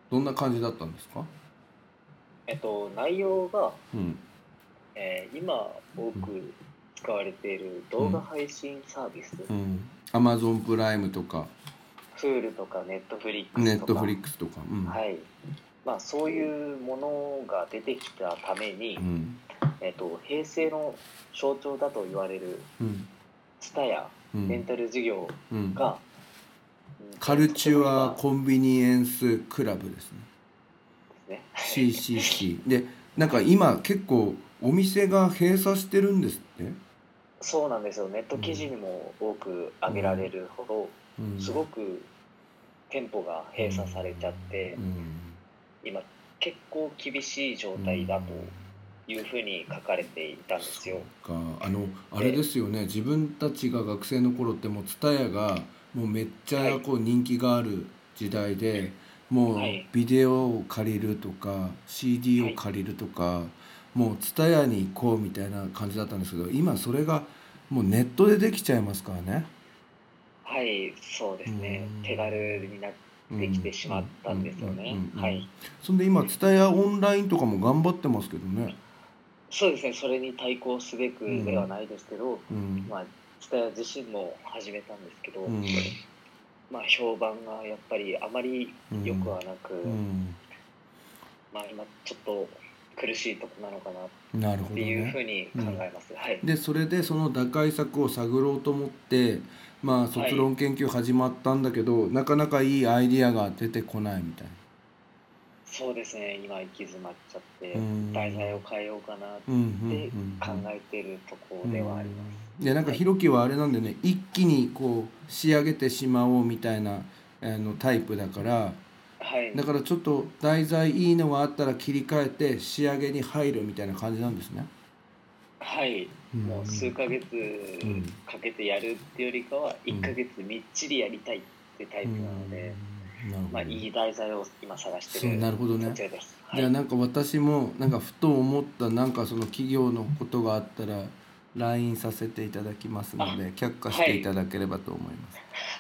どんな感じだったんですか？ えっと内容が、 うんえー今多く使われている動画配信サービス、 うん、Amazon プライムとか Hulu とか Netflix とか、 Netflix とか、うん、 はい、まあそういうものが出てきたために、 うんえっと平成の象徴だと言われるうん TSUTAYA うんレンタル事業うんが、うんカルチュアとてコンビニエンスクラブですね。 も今ですねシーシーシー で、なんか今結構お店が閉鎖してるんですって。 そうなんですよ。ネット記事にも多く挙げられるほど、 うんすごく店舗が閉鎖されちゃって、 うん今結構厳しい状態だというふうに書かれていたんですよ。 かあのあれですよね、自分たちが学生の頃ってもう TSUTAYA がもうめっちゃこう人気がある時代で、もうはいビデオを借りるとか シーディー を借りるとか、もう TSUTAYA に行こうみたいな感じだったんですけど、今それがもうネットでできちゃいますからね。 はい、そうですね。 うん手軽になってきてしまったんですよね。はい。 そんで今 TSUTAYA オンラインとかも頑張ってますけどね。 そうですね。それに対抗すべくではないですけど、 うんまあ、TSUTAYA自身も始めたんですけど、 うんまあ評判がやっぱりあまり良くはなく、 うんまあ今ちょっと苦しいとこなのかななるほどっていうふうね。 に考えます。はい。 でそれでその打開策を探ろうと思ってまあ卒論研究始まったんだけど、なかなかいいアイディアが出てこないみたいな。 そうですね。今行き詰まっちゃってうん題材を変えようかなっうんうんてうん考えてるところではあります。 でなんかひろきはあれなんでね、一気にこう仕上げてしまおうみたいなあのタイプだから、 はい。 だからちょっと題材いいのがあったら切り替えて仕上げに入るみたいな感じなんですね。 はい。 うんもう数ヶ月んかけてやるっていうよりかは、いっかげつみっちりやりたいってタイプなので、 うんなるほどまあいい題材を今探してそうるなるほどね途中です。はじゃあい。 なんか私もなんかふと思ったなんかその企業のことがあったら ライン させていただきますので却下していただければと思います。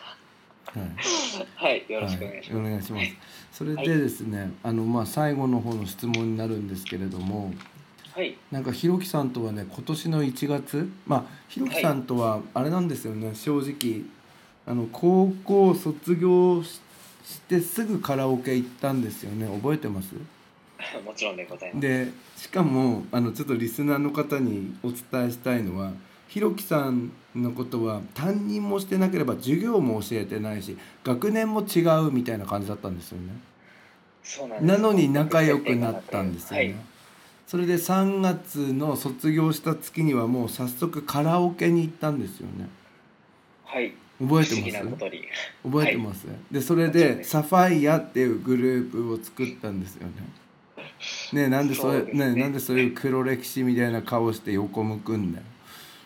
はいはい。よろしくお願いしはい、おます。 願いします。 はいそれでですね、あのまあ最後の方の質問になるんですけれども、 はい。 なんかひろきさんとはね今年のいちがつ、まあひろきさんとはあれなんですよね、正直あの高校卒業ししてすぐカラオケ行ったんですよね。覚えてます？ もちろんでございます。 でしかもあのちょっとリスナーの方にお伝えしたいのは、ひろきさんのことは担任もしてなければ授業も教えてないし学年も違うみたいな感じだったんですよね。 そうなんです。 なのに仲良くなったんですよね。 はい。 それでさんがつの卒業した月にはもう早速カラオケに行ったんですよね。 はい。 覚えて不思議なます？ ことに。 覚えてます、はい、でそれもちろんですでサファイアっていうグループを作ったんですよね。ねえなんでそれそうですねねえなんでそういう黒歴史みたいな顔して横向くんだよ。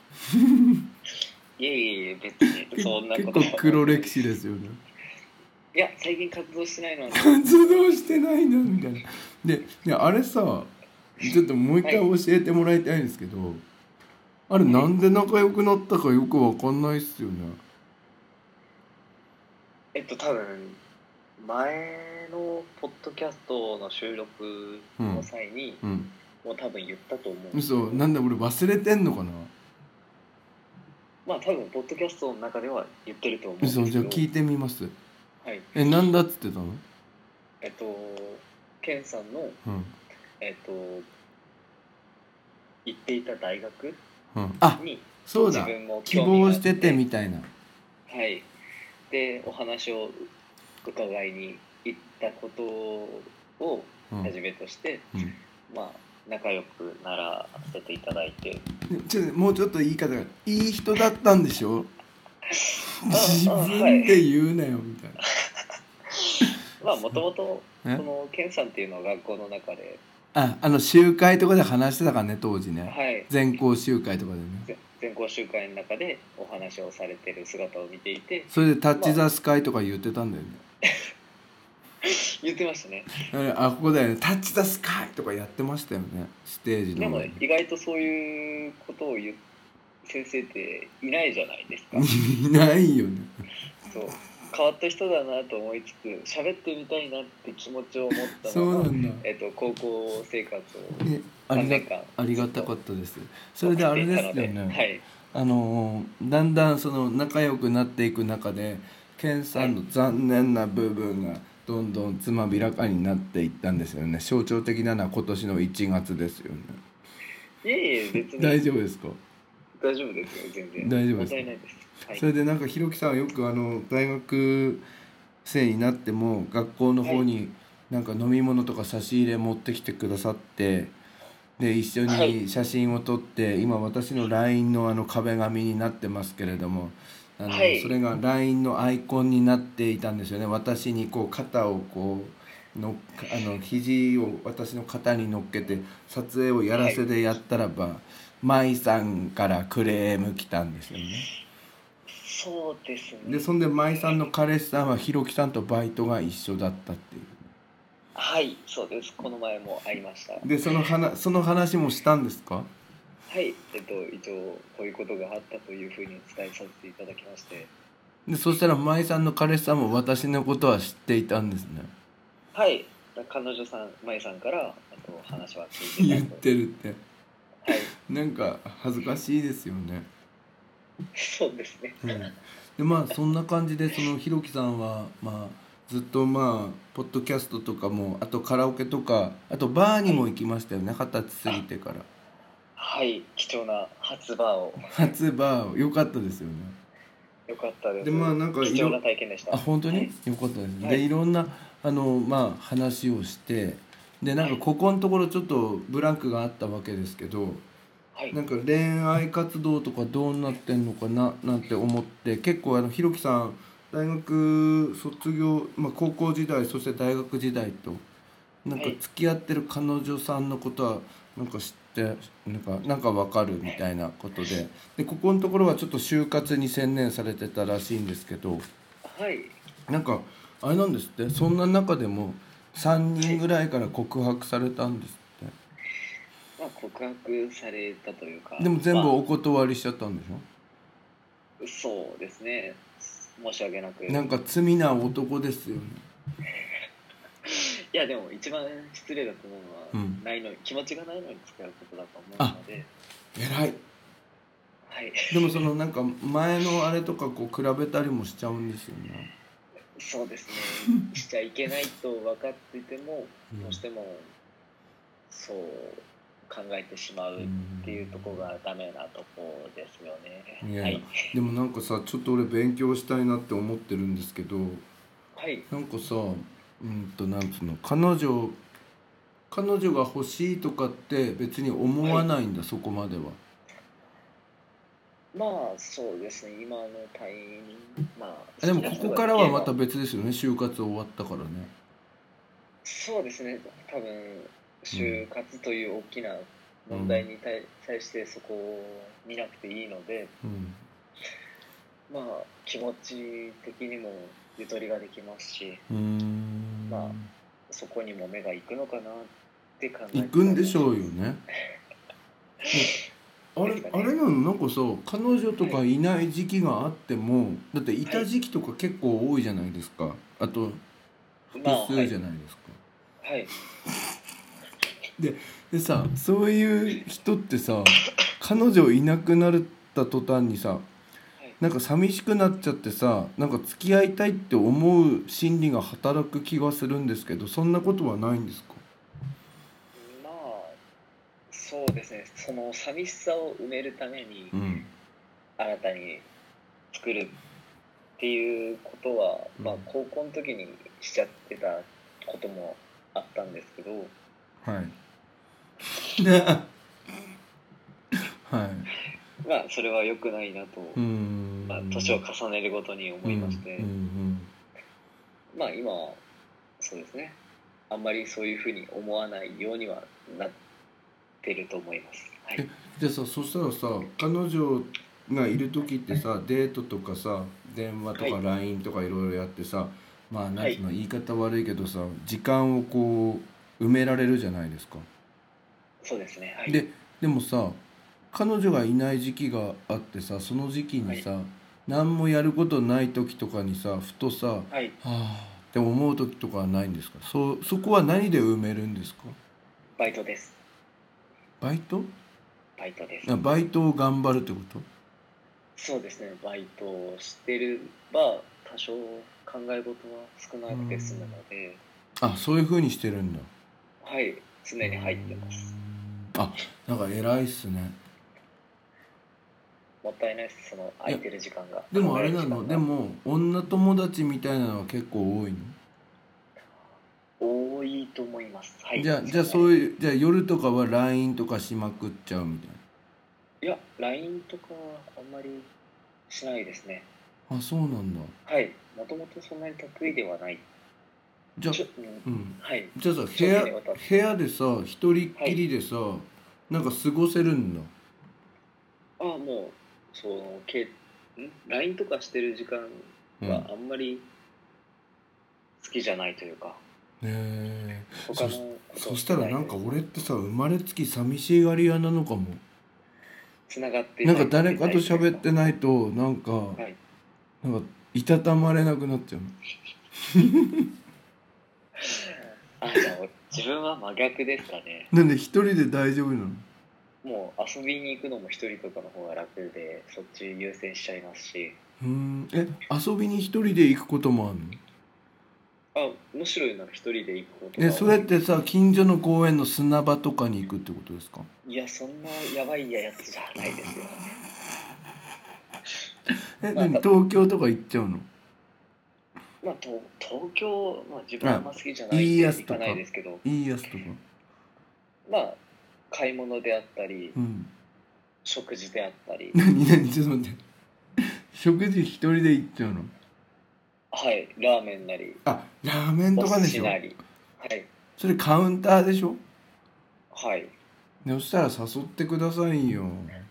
いえいえ、別にそんなこと結構黒歴史ですよね。 いや、最近活動してないので。 活動してないなみたいな。で、であれさちょっともう一回教えてもらいたいんですけど、はい、あれなんで仲良くなったかよくわかんないっすよね。 えっと多分前のポッドキャストの収録の際に、うんうん、もう多分言ったと思うんですけど。 嘘、なんで俺忘れてんのかな。 まあ多分ポッドキャストの中では言ってると思うんですけど。 嘘、じゃあ聞いてみます。 はい。 え、なんだっつってたの？ えっとケンさんの、うん、えっと行っていた大学に、うん、 あ、そうだ、希望しててみたいな。 はい。でお話を伺いに行ったことをはじめとして、うんうん、まあ仲良くならせていただいて、 ちょもうちょっと言い方がいい人だったんでしょ自分で言うなよみたいな。 まあもともとこのケンさんっていうのは学校の中でああの集会とかで話してたからね当時ね、 はい、 全校集会とかでね全校集会の中でお話をされてる姿を見ていて、 それでタッチ・ザ・スカイとか言ってたんだよね、まあ、言ってましたね。 あここだよね、タッチ・ザ・スカイとかやってましたよねステージの。 でも意外とそういうことを言う先生っていないじゃないですか。 いないよね。 そう変わった人だなと思いつつ、喋ってみたいなって気持ちを持ったそうまま、 なんだ。 えっと、高校生活をね、あ 3 り年間がありがたかったです。それであれですよ送っていたので、はね。 い、 あのだんだんその仲良くなっていく中で、ケンさんの残念な部分がどんどんつまびらかになっていったんですよね。象徴的なのは今年のいちがつですよね。 いえいえ、別に大丈夫ですか？ 大丈夫ですよ、全然。 大丈夫ですか？ 問題ないです。はい。 それでなんかひろきさんはよくあの大学生になっても学校のはい。 方になんか飲み物とか差し入れ持ってきてくださって、で一緒はい。 に写真を撮って、今私の ライン のあの壁紙になってますけれども、あのそはい。 れが ライン のアイコンになっていたんですよね。私にこう肩をこうのあの肘を私の肩に乗っけて撮影をやらはい。 せでやったらば、舞さんからクレーム来たんですよね。 そうですでね。 そんで舞さんの彼氏さんはひろきさんとバイトが一緒だったっていう。 はい、そうです。この前も会いました。 でその話その話もしたんですか？ はい。えっと、一応、こういうことがあったというふうに伝えさせていただきまして。 でそしたら舞さんの彼氏さんも私のことは知っていたんですね。 はい。彼女さん、まゆさんから、あと話は聞いてた言っと。 てるって。 はい。 なんか恥ずかしいですよね。 そうですね。 うん、でまあそんな感じで、そのひろきさんはまあずっとまあポッドキャストとかも、あとカラオケとか、あとバーにはい。 も行きましたよね、二十歳過ぎてから。 はい。貴重な初バーを。 初バー良かったですよね。 よかったでです。 まあなんかいろ貴重な体験でした。 あ本当にはい。 良かったです。 はい。 でいろんなあのまあ話をして、でなんはい。 かここのところちょっとブランクがあったわけですけど、 はい。 なんか恋愛活動とかどうなってんのかななんて思って、結構あのひろきさん大学卒業、まあ、高校時代そして大学時代となんかはい。 付き合ってる彼女さんのことはなんか知ってなんかなんかわかるみたいなことで、でここのところはちょっと就活に専念されてたらしいんですけど、 はい。 なんかあれなんですって、そんな中でもさんにんはい。 ぐらいから告白されたんですっまあ、告白されたというて。でか、 も全部まお断りしちゃったんでしょ？ あ、そうですね。申し訳なく。 なんか罪な男ですよね。 いや、でも一番失礼だと思うのは、 うん。 ないのに、気持ちがないのに付き合うことだと思うあ、 ので、 偉い。 はい。 でもそのなんか前のあれとかこう比べたりもしちゃうんですよね。 そうですね。しちゃいけないと分かっていても、どうしても、そう考えてしまうっていうところがダメなところですよね。 うん。いやいや、 はい。 でもなんかさ、ちょっと俺勉強したいなって思ってるんですけど、 はい。 なんかさ、うんとなんつうの、彼女彼女が欲しいとかって別に思はい。 わないんだ、そこまでは。 まあ、そうですね。今のタイミング、まあ、 あでも好きな人ここからがいれば、 はまた別ですよね、就活終わったからね。 そうですね。多分、 うん就活という大きな問題うんに対対してそこを見なくていいので、 うんまあ、気持ち的にもゆとりができますし、 うーまあ、 んそこにも目が行くのかなって考え行てくんでしょたりはします。 うよね。であれですかね。 あれなの、なんかさ、彼女とはい。 かいない時期があっても、だっていはい。 た時期とか結構多いじゃないですか。あとまあ、は複数じい。 ゃないですか。 はい。 ででさ、そういう人ってさ、彼女いなくなった途端にさ、 はい。 なんか寂しくなっちゃってさ、なんか付き合いたいって思う心理が働く気がするんですけど、そんなことはないんですか？ まあ、そうですね。その寂しさを埋めるために、 うん新たに作るっていうことは、まあ、 うん高校の時にしちゃってたこともあったんですけど、 はいねはいまあ、それは良くないなと、 うーまあ、年をん重ねるごとにうん思いましうんうて、 んまあ、今は、そうですね。あんまりそういうふうに思わないようにはなってると思います。はい。 えでさ、そしたらさ、彼女がいる時ってさ、デートとかさ、電話とかはい。 ライン とかいろいろやってさ、まあなんつうはい。 の、言い方悪いけどさ、時間をこう埋められるじゃないですか。 そうですね。はい。 ででもさ、彼女がいない時期があってさ、その時期はい。 にさ、 何もやることない時とかにさふとさははい。 あって思う時とかはないんですか？そそこは何で埋めるんですか？ バイトです。 バイト？ バイトです。 あバイトを頑張るってこと？ そうですね。バイトをしてれば、多少考え事は少なくて済むので、 あそういう風にしてるんだ。 はい。常うーに入ってます。 んあなんか偉いっすね。 もったいないです。そのいや空いてる時間が、 でも考えあれなる時間が。 のでも女友達みたいなのは結構多いの？ 多いと思います。はい。 じゃあじゃあそんなに。 そういうじゃあ夜とかは ライン とかしまくっちゃうみたいいや、ライン とかはあんまりしないですね。 な。あそうなんだ。 はい。もともとそんなに得意ではない。 じゃあちょ、うん、 うんはい。 じゃあさ部長屋期にわたって。 部屋でさ一人っはい。 きりでさなんか過ごせるんだ。 ああ、もう、その、け、ん ライン とかしてる時間はうん。 あんまり好きじゃないというか、 へえそ他のことそをししたらなんかてたいというか、 俺ってさ生まれつき寂しがり屋なのかも。 つながってなんかたいって誰かとタイプですか？ 喋ってないとなんかはい。 なんかいたたまれなくなっちゃうの。 あ、じゃあ、自分は真逆ですかね。 なんで一人で大丈夫なの？ もう遊びに行くのも一人とかの方が楽で、そっち優先しちゃいますし、 うーんえ遊びに一人で行くこともあるの？ あ、むしろ言うなら一人で行くことえがそれって多いです。 さ近所の公園の砂場とかに行くってことですか？ いや、そんなやばいやつじゃないですよ。 えまあ、た、 何東京とか行っちゃうの？ まあ、と東京、まあ、自分ああんま好きじゃないんいいやで行かないつとかですけど、 いいやつとか。 まあ、買い物であったり、 うん食事であったり、 何何ちょっと待って食事一人で行っちゃうの？ はい、ラーメンなり、 あラーメンお寿とかでしょ？ 司なり、はい、 それカウンターでしょ？ はい。 そしたら誘ってくださいよ。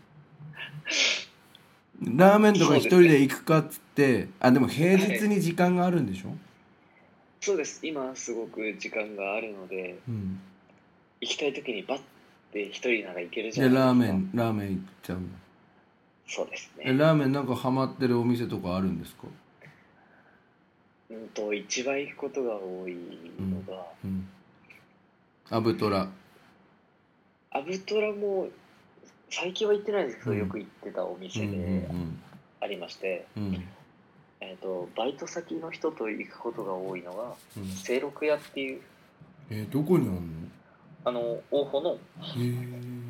ラーメンとか一人そうですね。 で行くかっつってあでも平はい。 日に時間があるんでしょ？ そうです。今すごく時間があるので、 うん行きたい時にバッて一人なら行けるじゃでラーメないですか。 ンラーメン行っちゃうの？ そうですえね。 ラーメンなんかハマってるお店とかあるんですか？ うんと、一番行くことが多いうんのが、 うんアブトラ。 アブトラも最近は行ってないですけど、ようんく行ってたおうんう店でんありまして、 うんうんえっと、バイト先の人と行くことが多いのが、 うん清六屋っていう、 えどこにあんの？ あの、大穂の、 へえ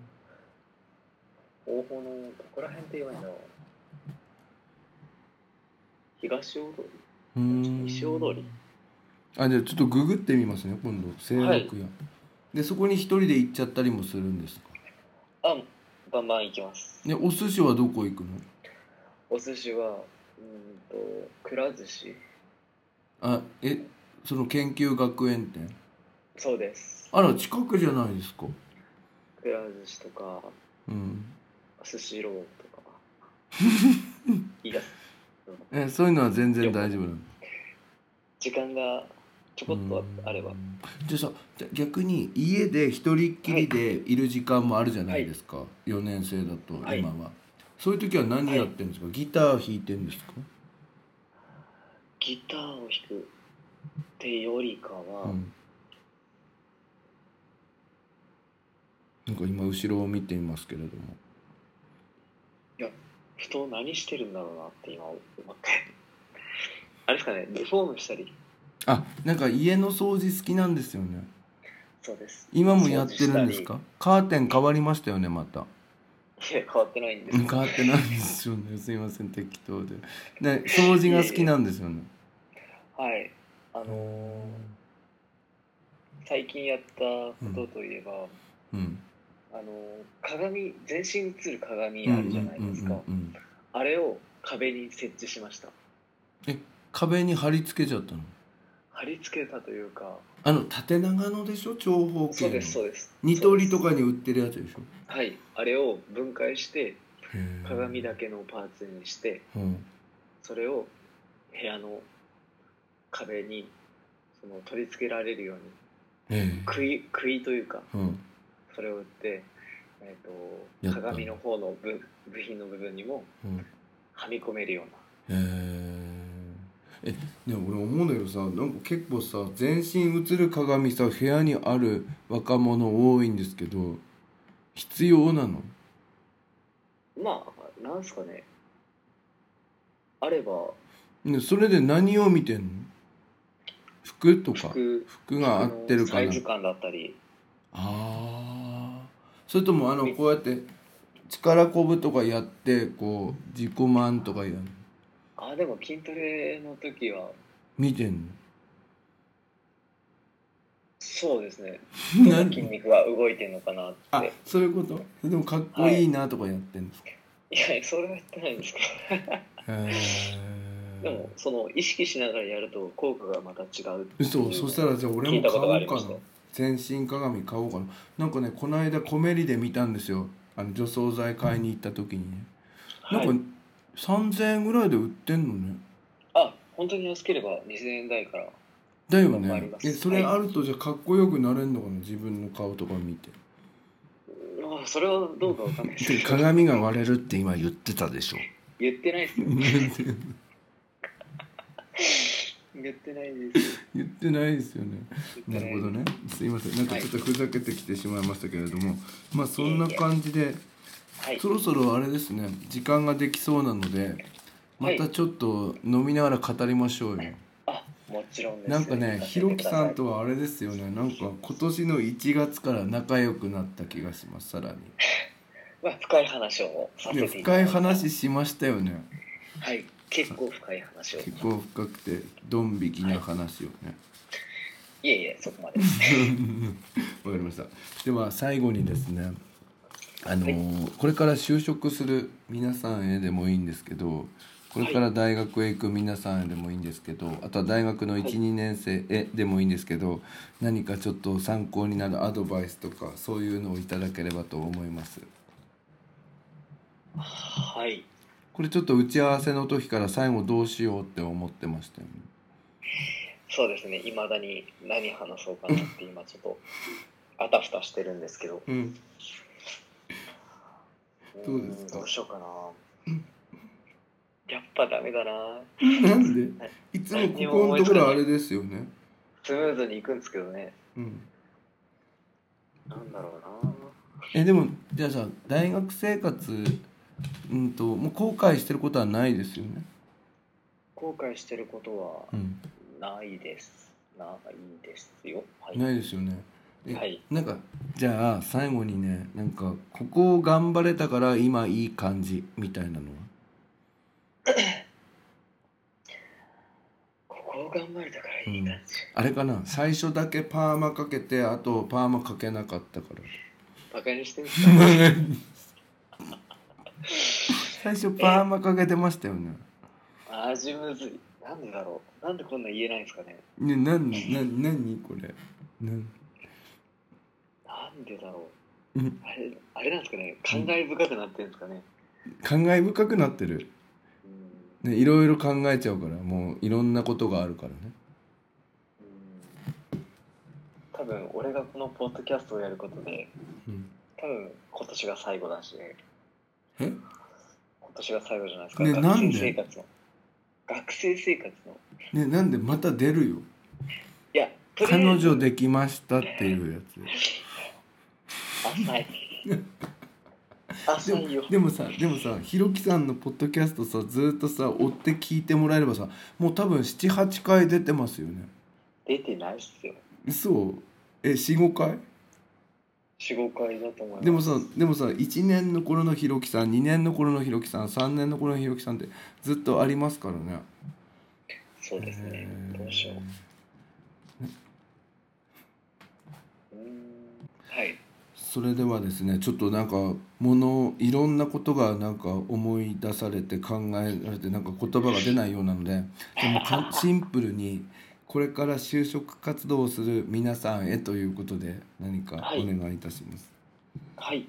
大穂の、どこら辺って言えばいいんだろう。東大通うーり西大通り。 んあじゃあちょっとググってみますね今度清はい。 六屋でそこに一人で行っちゃったりもするんですか？ あ、バンバン行きます。 でお寿司はどこ行くの？ お寿司は、うーんと、くら寿司。 あえその研究学園店。 そうです。 あら近くじゃないですか？ くら寿司とか、 うんスシローとか、いいや、 えそういうのは全然横の。 大丈夫なの？ 時間がちょうーこっとあれば。 んじゃあさじゃ逆に家で一人っきはい、 りでいる時間もあるじゃなはい、 いですかよねん生だとはい、 今は。そういう時は何はい。 やってるんですか？ギター弾いてるんですか？ ギターを弾くってよりかは、 うんなんか今後ろを見ていますけれども。 いや、ふと何してるんだろうなって今思って。あれですかね、リフォームしたり。 あなんか家の掃除好きなんですよね。 そうです。 今も掃除やってるしたり。 んですか？カーテン変わりましたよねまた。 いや、変わってないんでうんすよ。 変わってないんですよねすいません適当で。で掃除が好きいえいえ。 なんですよね。 はい。あのへーー最近やったこうんとといえば、 うんあのー鏡、全身映る鏡うんうんあるじゃないうんうですか。 んうんあれを壁に設置しました。 え壁に貼り付けちゃったの？ 貼り付けたというか、 あの縦長のでしょ長方そうです、 形のそうです。 ニトリとそうです。 かに売ってるやつでしょ？ はい。あれを分解して、 へえ鏡だけのパーツにして、 うんそれを部屋の壁にその取り付けられるように、 え杭、杭というか、 えうんそれを打って、えーと、 やったんだ鏡の方の部部品の部分にもうんはみ込めるような。 へえ。え、ね、俺思うんだけどさ、なんか結構さ、全身映る鏡さ、部屋にある若者多いんですけど、必要なの？ まあなんすかね、あれば。 ね、それで何を見てんの？服とか服服が合ってるかな。 サイズ感だったり。 ああ。それともあのみこうやって力こぶとかやってこう自己満とかやるの？ あでも筋トレの時は見てんそうですね、 の？ どんな何？ 筋肉が動いてるのかなっあ、 て。 そういうこと？でもかっこいいなとかやってんですか？ いやそれは言ってないんですけどへでもその意識しながらやると効果がまた違うってえ。 いうそう、そしたらじゃあ俺も聞いたことがあ買おうかな。 りましたよ。 全身鏡買おうかな。なんかね、この間コメリで見たんですよ。あの除草剤買いに行った時にね。なんかはい。 さんぜんえんぐらいで売ってんのね。 あ本当に安ければにせんえん台からだよね。 もあります。 え、それあるとじゃあかっこよくなれんのかな、自分の顔とか見て。 まあそれはどうかわかんないですで、 けど鏡が割れるって今言ってたでしょ。 言ってないですよ言ってないです言ってないですよね。 言ってないなるほどね。すいません。なんかちょっとふざけてきてしまいましたけれども、まあそんないえいえ感じで、 はいそろそろあれですね、時間ができそうなので、またちょっと飲みながら語りましょうよ。 あもちろんです。 なんかね、ひろきさんとははあれですよね、なんか今年のいちがつから仲良くなった気がします、さらに。 まあ深い話をさせいや、 ていただいた。 深い話しましたよね。 はい結構深い話を。 結構深くて、ドン引きな話をね。 いえいえそこまでですわかりました。では最後にですね、あのーこれから就職する皆さんへでもいいんですけど、これから大学へ行く皆さんへでもいいんですけど、あとは大学のいち、 はいにねん生へでもいいんですけど、何かちょっと参考になるアドバイスとかそういうのをいただければと思います。 はいこれちょっと打ち合わせの時から最後どうしようって思ってましたよね。 そうですね、いまだに何話そうかなって今ちょっとあたふたしてるんですけど、 うん。 うどうですかーんどうしようかな。やっぱダメだな。 なんで？いつもここのところあれですよね。 スムーズにいくんですけどね。 うん。 なんだろうな。 え、でもじゃあさ、大学生活うんともう後悔してることはないですよね。 後悔してることうん。 はないですないですよ。はいないですよね。えはいなんかじゃあ最後にね、なんかここを頑張れたから今いい感じみたいなのは？ ここを頑張れたからいい感じ、 あれかな、最初だけパーマかけてあとパーマかけなかったからバカにしてんすか最初パーマかけてましたよね。 味むずい。なんでだろう。なんでこんな言えないんですかね。 ね、なんな何これなんなんでだろうう。あれあれなんですかね。感慨深くなってるんですかね。 感慨深くなってる、 うんね、いろいろ考えちゃうから、もういろんなことがあるからね。 うん多分俺がこのポッドキャストをやることで、 うん多分今年が最後だし、 え今年が最後じゃないですか。 ね学なんで生生活の学生生活のね、なんでまた出るよ。 いやとりあ彼えず女できましたっていうやつ。 浅いでも浅いよ。 でもさでもさひろきさんのポッドキャストさ、ずっとさ追って聞いてもらえればさ、もう多分ななはちかい出てますよね。 出てないっすよ。 嘘？え、よん、ごかい？ よん、ごかいだと思います。 でもさでもさいちねんの頃のひろきさん、にねんの頃のひろきさん、さんねんの頃のひろきさんってずっとありますからね。 そうですね。 へーどうしよう。うーんはい。 それではですね、ちょっとなんかものいろんなことがなんか思い出されて考えられて、なんか言葉が出ないようなので、でもかシンプルにこれから就職活動をする皆さんへということで何かお願いいたします。 はい。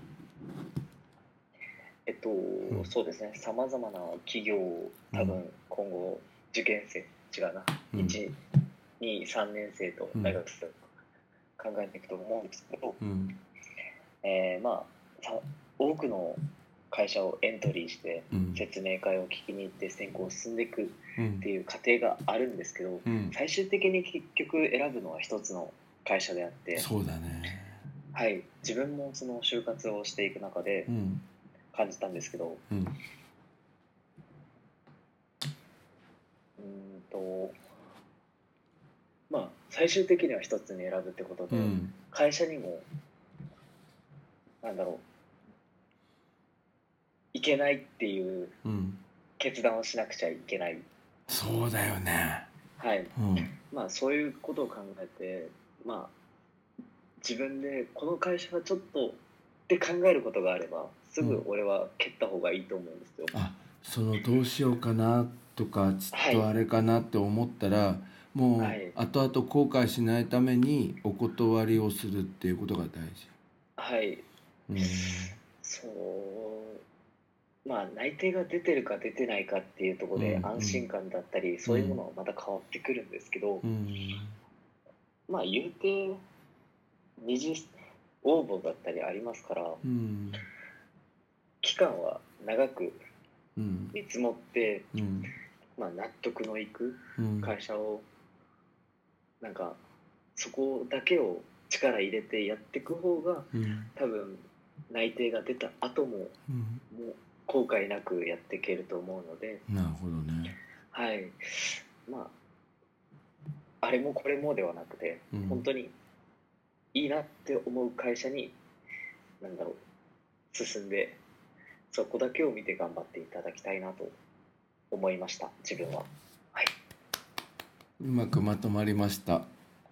えっと、 んそうですね。さまざまな企業を多うん分今後受験生違うな、 うんいち、に、さんねん生と大学生と考えていくと思うんですけど、 うんえーまあさ多くの会社をエントリーしてうん説明会を聞きに行って選考を進んでいくっうんていう過程があるんですけど、 うん最終的に結局選ぶのは一つの会社であって、 そうだね。 はい、自分もその就活をしていく中でうん感じたんですけど、 うんうーんとまあ最終的には一つに選ぶってことで、 うん会社にもなんだろういけないっていううん決断をしなくちゃいけない、 そうだよね。 はい、 うんまあそういうことを考えて、まあ自分でこの会社がちょっとって考えることがあればすぐ俺は蹴った方がいいと思うんですよ。 あ、そのどうしようかなとかちょっとあれかなって思ったら、もうはい後々後悔しないためにお断りをするっていうことが大事。 はい、 うんそうまあ内定が出てるか出てないかっていうところでうん安心感だったり、そういうものはまた変わってくるんですけど、 うんまあ言うて二次応募だったりありますから、 うん期間は長くうん見積もって、 うんまあ、納得のいくうん会社をなんかそこだけを力入れてやっていく方がうん多分内定が出た後もうんもう後悔なくやっていけると思うので、 なるほどね。 はい、まああれもこれもではなくて、 うん本当にいいなって思う会社になんだろう進んでそこだけを見て頑張っていただきたいなと思いました自分は。はい、 うまくまとまりました。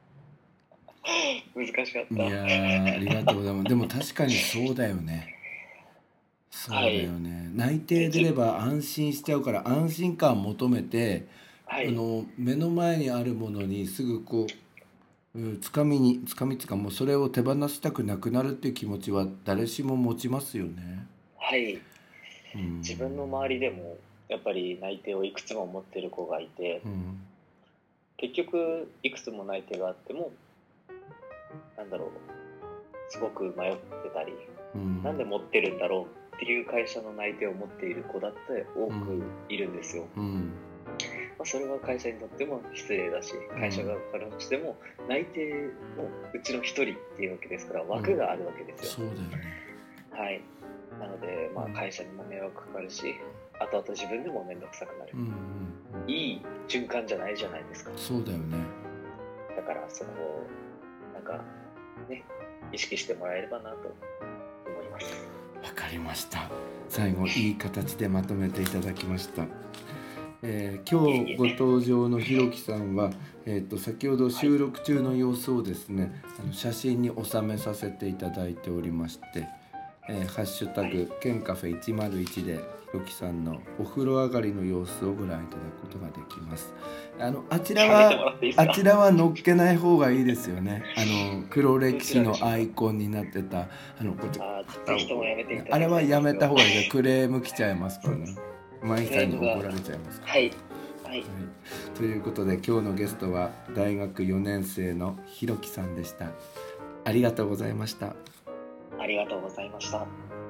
難しかった。 いやーありがとうございます。でも確かにそうだよね。そうだよね。内定出れば安心しちゃうから安心感求めて、 はいあの目の前にあるものにすぐこう、うん、つかみにつかみつかもうそれを手放したくなくなるっていう気持ちは誰しも持ちますよね。 はい、 うん、 自分の周りでもやっぱり内定をいくつも持ってる子がいて、 うん結局いくつも内定があってもなんだろうすごく迷ってたり、 うん、 なんで持ってるんだろうっていう会社の内定を持っている子だって多くいるんですよ。 うんまあ、それは会社にとっても失礼だし、会社側からしても内定のうちの一人っていうわけですから枠があるわけですよ。 そうだよね。 はい、なので、まあ、会社にも迷惑かかるし後々自分でも面倒くさくなる、 うんうんいい循環じゃないじゃないですか。 そうだよね。 だからそこをなんかね意識してもらえればなと思います。 わかりました。最後いい形でまとめていただきました。えー、今日ご登場のひろきさんは、えー、と先ほど収録中の様子をですね、あの写真に収めさせていただいておりまして、えー、ハッシュタグケンカフェいちまるいちでひろきさんのお風呂上がりの様子をご覧いただくことができます。あのあちらはあちらは乗っけない方がいいですよね。あの黒歴史のアイコンになってたあのこっちあぜひともやめていただきたいあれはやめた方がいいです。クレーム来ちゃいますからね。マイさんに怒られちゃいますから。 はいはい、 はい、ということで今日のゲストは大学よねん生のひろきさんでした。ありがとうございました。 ありがとうございました。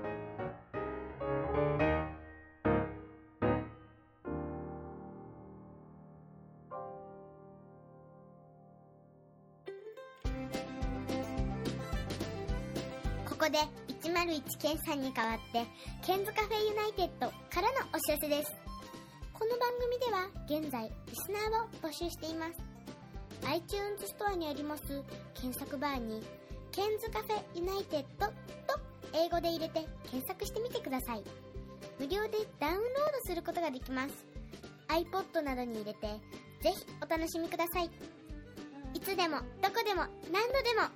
ここでいちまるいちケンさんに代わってケンズカフェユナイテッドからのお知らせです。この番組では現在リスナーを募集しています。 iTunes ストアにあります検索バーにケンズカフェユナイテッドと英語で入れて検索してみてください。無料でダウンロードすることができます。 iPod などに入れてぜひお楽しみください。いつでもどこでも何度でも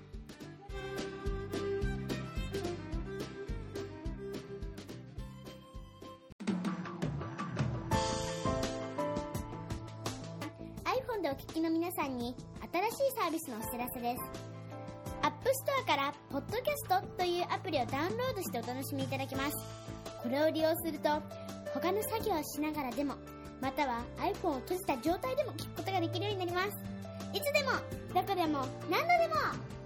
iPhone でお聞きの皆さんに新しいサービスのお知らせです。App Store からポッドキャストというアプリをダウンロードしてお楽しみいただけます。これを利用すると他の作業をしながらでもまたは iPhone を閉じた状態でも聞くことができるようになります。いつでもどこでも何度でも